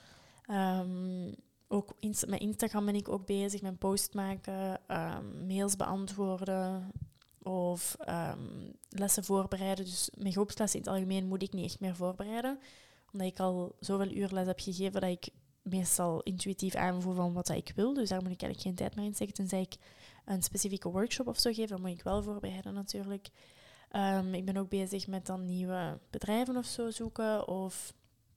Um, ook inst- met Instagram ben ik ook bezig, met post maken, um, mails beantwoorden of um, lessen voorbereiden. Dus mijn groepslessen in het algemeen moet ik niet echt meer voorbereiden, omdat ik al zoveel uur les heb gegeven dat ik meestal intuïtief aanvoel van wat ik wil. Dus daar moet ik eigenlijk geen tijd meer in steken. Tenzij ik een specifieke workshop of zo geef, dan moet ik wel voorbereiden natuurlijk. Um, ik ben ook bezig met dan nieuwe bedrijven of zo zoeken. Of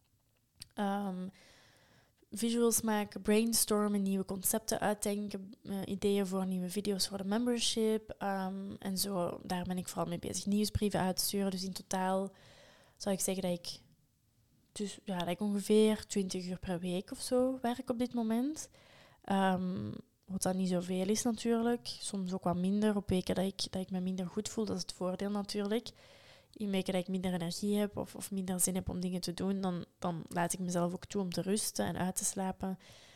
um, visuals maken, brainstormen, nieuwe concepten uitdenken. Uh, ideeën voor nieuwe video's voor de membership. Um, en zo, daar ben ik vooral mee bezig. Nieuwsbrieven uitsturen. Dus in totaal zou ik zeggen dat ik, dus, ja, dat ik ongeveer twintig uur per week of zo werk op dit moment. Um, Wat dan niet zoveel is natuurlijk. Soms ook wat minder op weken dat ik, dat ik me minder goed voel. Dat is het voordeel natuurlijk. In weken dat ik minder energie heb of, of minder zin heb om dingen te doen, dan, dan laat ik mezelf ook toe om te rusten en uit te slapen.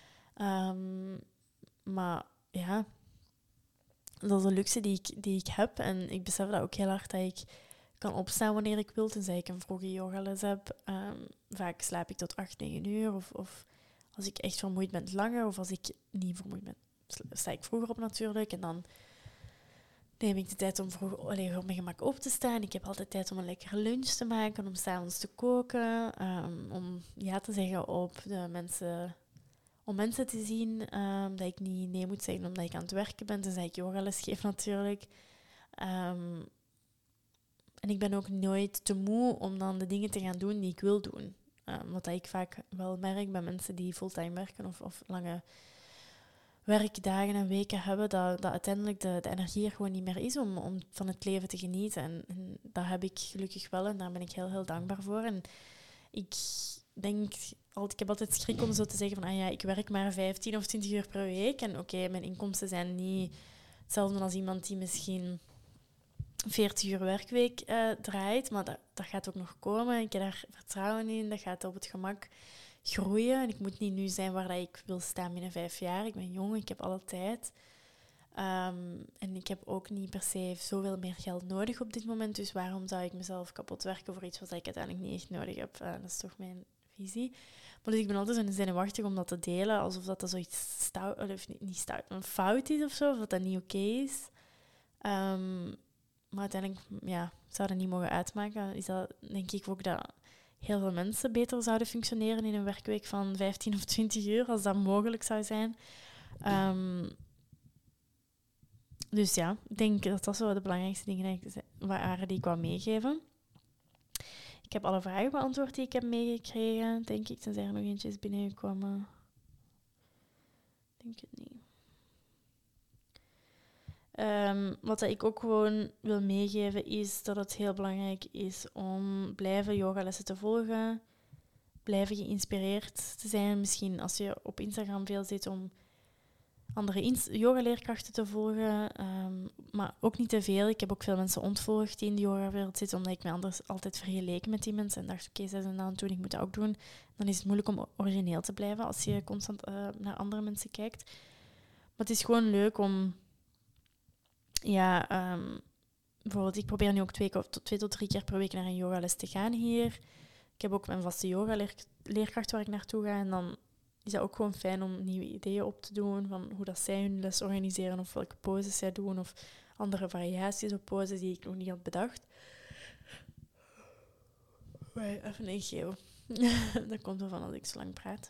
Um, maar ja, dat is een luxe die ik, die ik heb. En ik besef dat ook heel hard dat ik kan opstaan wanneer ik wil, tenzij ik een vroege yogales heb. Um, vaak slaap ik tot acht, negen uur. Of, of als ik echt vermoeid ben, langer. Of als ik niet vermoeid ben, sta ik vroeger op natuurlijk. En dan neem ik de tijd om vroeg, allee, op mijn gemak op te staan. Ik heb altijd tijd om een lekkere lunch te maken, om 's avonds te koken. Um, om ja te zeggen op de mensen... Om mensen te zien um, dat ik niet nee moet zeggen omdat ik aan het werken ben. Dus dat ik yogales geef natuurlijk. Um, en ik ben ook nooit te moe om dan de dingen te gaan doen die ik wil doen. Um, wat ik vaak wel merk bij mensen die fulltime werken of, of lange werkdagen en weken hebben, dat, dat uiteindelijk de, de energie er gewoon niet meer is om, om van het leven te genieten. En, en dat heb ik gelukkig wel en daar ben ik heel, heel dankbaar voor. En ik denk, ik heb altijd schrik om zo te zeggen van, ah ja, ik werk maar vijftien of twintig uur per week. En oké, okay, mijn inkomsten zijn niet hetzelfde als iemand die misschien veertig uur werkweek uh, draait. Maar dat, dat gaat ook nog komen. Ik heb daar vertrouwen in. Dat gaat op het gemak groeien. En ik moet niet nu zijn waar ik wil staan binnen vijf jaar. Ik ben jong, ik heb alle tijd. Um, en ik heb ook niet per se zoveel meer geld nodig op dit moment. Dus waarom zou ik mezelf kapot werken voor iets wat ik uiteindelijk niet echt nodig heb? Uh, dat is toch mijn visie. Maar dus ik ben altijd zo zenuwachtig om dat te delen. Alsof dat, dat zoiets stout, of niet, niet stout, een fout is of zo. Of dat dat niet oké okay is. Um, maar uiteindelijk ja, zou dat niet mogen uitmaken. Is dat denk ik ook dat heel veel mensen beter zouden functioneren in een werkweek van vijftien of twintig uur, als dat mogelijk zou zijn. Um, dus ja, ik denk dat dat zo de belangrijkste dingen waren die ik wou meegeven. Ik heb alle vragen beantwoord die ik heb meegekregen, denk ik. Tenzij er nog eentje is binnengekomen. Ik denk het niet. Um, wat ik ook gewoon wil meegeven is dat het heel belangrijk is om blijven yogalessen te volgen. Blijven geïnspireerd te zijn. Misschien als je op Instagram veel zit om andere ins- yogaleerkrachten te volgen. Um, maar ook niet te veel. Ik heb ook veel mensen ontvolgd die in de yogawereld zitten, omdat ik me anders altijd vergeleken met die mensen. En dacht, oké, okay, zij zijn dat aan het doen, ik moet dat ook doen. Dan is het moeilijk om origineel te blijven als je constant uh, naar andere mensen kijkt. Maar het is gewoon leuk om... Ja, um, bijvoorbeeld, ik probeer nu ook twee, twee tot drie keer per week naar een yogales te gaan hier. Ik heb ook mijn vaste yogaleerkracht waar ik naartoe ga. En dan is dat ook gewoon fijn om nieuwe ideeën op te doen van hoe dat zij hun les organiseren of welke poses zij doen of andere variaties op poses die ik nog niet had bedacht. Wait, even een geel. Dat komt wel van als ik zo lang praat.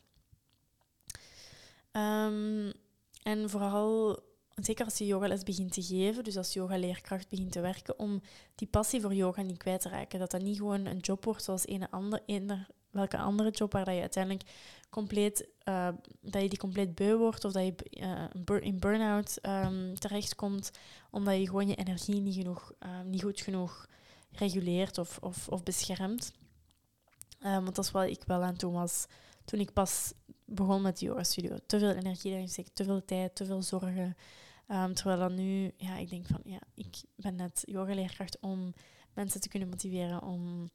Um, en vooral... Zeker als je yogales begint te geven, dus als yogaleerkracht begint te werken, om die passie voor yoga niet kwijt te raken. Dat dat niet gewoon een job wordt zoals een ander, een, welke andere job waar dat je uiteindelijk compleet, uh, dat je die compleet beu wordt of dat je uh, in burn-out um, terechtkomt, omdat je gewoon je energie niet, genoeg, uh, niet goed genoeg reguleert of, of, of beschermt. Uh, want dat is wat ik wel aan toe was toen ik pas begon met de yoga studio. Te veel energie daarin steken, te veel tijd, te veel zorgen. Um, terwijl dan nu, ja, ik denk van, ja, ik ben net yogaleerkracht om mensen te kunnen motiveren om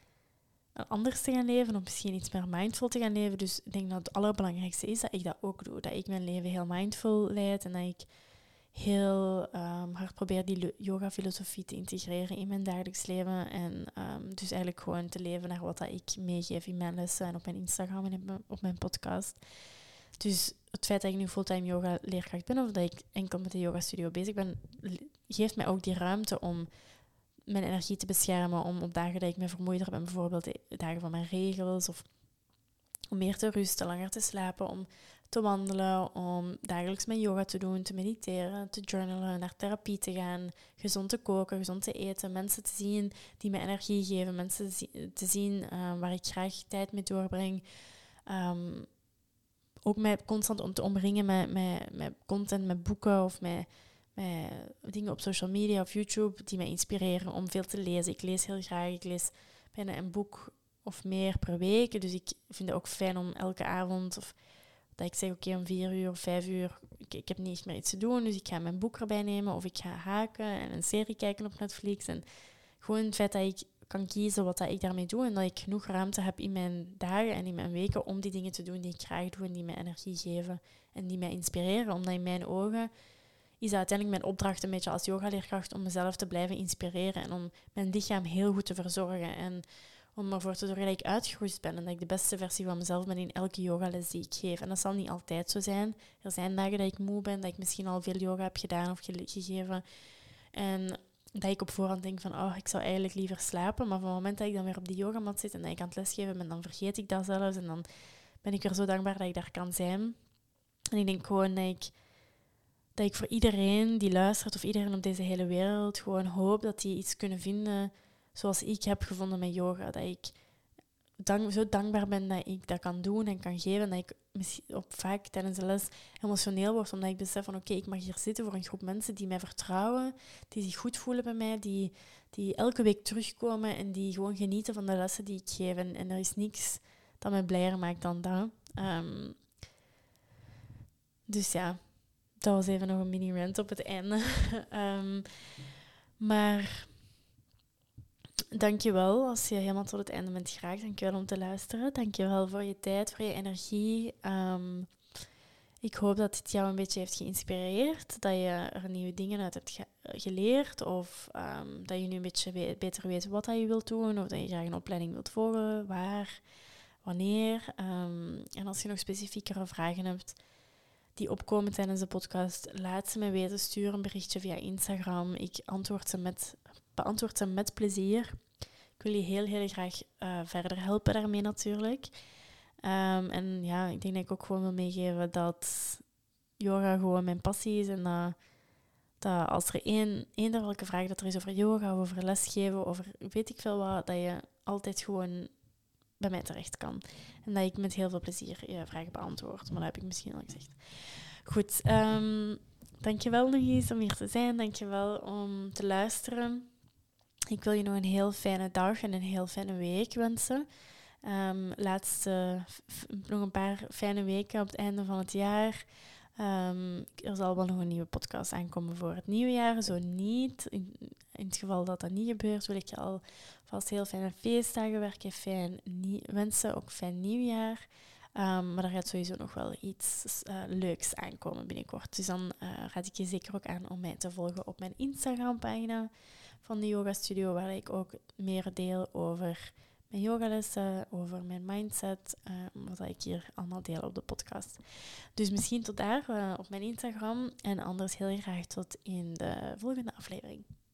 anders te gaan leven, om misschien iets meer mindful te gaan leven. Dus ik denk dat het allerbelangrijkste is dat ik dat ook doe. Dat ik mijn leven heel mindful leid en dat ik heel um, hard probeer die yoga-filosofie te integreren in mijn dagelijks leven. En um, dus eigenlijk gewoon te leven naar wat dat ik meegeef in mijn lessen en op mijn Instagram en op mijn podcast. Dus het feit dat ik nu fulltime yoga-leerkracht ben of dat ik enkel met de yoga-studio bezig ben, geeft mij ook die ruimte om mijn energie te beschermen, om op dagen dat ik me vermoeider ben, bijvoorbeeld de dagen van mijn regels, of om meer te rusten, langer te slapen, om te wandelen, om dagelijks mijn yoga te doen, te mediteren, te journalen, naar therapie te gaan, gezond te koken, gezond te eten, mensen te zien die me energie geven, mensen te zien uh, waar ik graag tijd mee doorbreng. Um, ook mij constant om te omringen met, met, met content, met boeken of met, met dingen op social media of YouTube die mij inspireren om veel te lezen. Ik lees heel graag, ik lees bijna een boek of meer per week. Dus ik vind het ook fijn om elke avond, of dat ik zeg oké, okay, om vier uur of vijf uur, ik, ik heb niet echt meer iets te doen, dus ik ga mijn boek erbij nemen of ik ga haken en een serie kijken op Netflix. En gewoon het feit dat ik kan kiezen wat dat ik daarmee doe en dat ik genoeg ruimte heb in mijn dagen en in mijn weken om die dingen te doen die ik graag doe en die mij energie geven en die mij inspireren. Omdat in mijn ogen is dat uiteindelijk mijn opdracht een beetje als yogaleerkracht om mezelf te blijven inspireren en om mijn lichaam heel goed te verzorgen en om ervoor te zorgen dat ik uitgerust ben en dat ik de beste versie van mezelf ben in elke yogales die ik geef. En dat zal niet altijd zo zijn. Er zijn dagen dat ik moe ben, dat ik misschien al veel yoga heb gedaan of ge- gegeven. En dat ik op voorhand denk van, oh, ik zou eigenlijk liever slapen. Maar van het moment dat ik dan weer op die yogamat zit en dat ik aan het lesgeven ben, dan vergeet ik dat zelfs. En dan ben ik er zo dankbaar dat ik daar kan zijn. En ik denk gewoon dat ik, dat ik voor iedereen die luistert of iedereen op deze hele wereld gewoon hoop dat die iets kunnen vinden zoals ik heb gevonden met yoga. Dat ik dank, zo dankbaar ben dat ik dat kan doen en kan geven. En dat ik misschien op vaak tijdens de les emotioneel word, omdat ik besef van oké, okay, ik mag hier zitten voor een groep mensen die mij vertrouwen, die zich goed voelen bij mij, die, die elke week terugkomen en die gewoon genieten van de lessen die ik geef. En, en er is niks dat mij blijer maakt dan dat. Um, dus ja, dat was even nog een mini-rant op het einde. um, maar... Dankjewel als je helemaal tot het einde bent geraakt. Dankjewel om te luisteren. Dankjewel voor je tijd, voor je energie. Um, ik hoop dat dit jou een beetje heeft geïnspireerd. Dat je er nieuwe dingen uit hebt ge- geleerd. Of um, dat je nu een beetje we- beter weet wat dat je wilt doen. Of dat je graag een opleiding wilt volgen. Waar, wanneer. Um, en als je nog specifiekere vragen hebt die opkomen tijdens de podcast, laat ze me weten. Stuur een berichtje via Instagram. Ik antwoord ze met beantwoord ze met plezier. Ik wil je heel, heel graag uh, verder helpen daarmee natuurlijk. Um, en ja, ik denk dat ik ook gewoon wil meegeven dat yoga gewoon mijn passie is. En dat, dat als er één, eender welke vraag dat er is over yoga of over lesgeven, over weet ik veel wat, dat je altijd gewoon bij mij terecht kan. En dat ik met heel veel plezier je vragen beantwoord. Maar dat heb ik misschien al gezegd. Goed, um, dankjewel nog eens om hier te zijn. Dankjewel om te luisteren. Ik wil je nog een heel fijne dag en een heel fijne week wensen. Um, laatste, f- nog een paar fijne weken op het einde van het jaar. Um, er zal wel nog een nieuwe podcast aankomen voor het nieuwe jaar. Zo niet. In, in het geval dat dat niet gebeurt, wil ik je alvast heel fijne feestdagen werken. Fijn nie- wensen, ook fijn nieuwjaar. Um, maar er gaat sowieso nog wel iets uh, leuks aankomen binnenkort. Dus dan uh, raad ik je zeker ook aan om mij te volgen op mijn Instagram-pagina van de Yoga Studio, waar ik ook meer deel over mijn yogalessen, over mijn mindset, uh, wat ik hier allemaal deel op de podcast. Dus misschien tot daar uh, op mijn Instagram en anders heel graag tot in de volgende aflevering.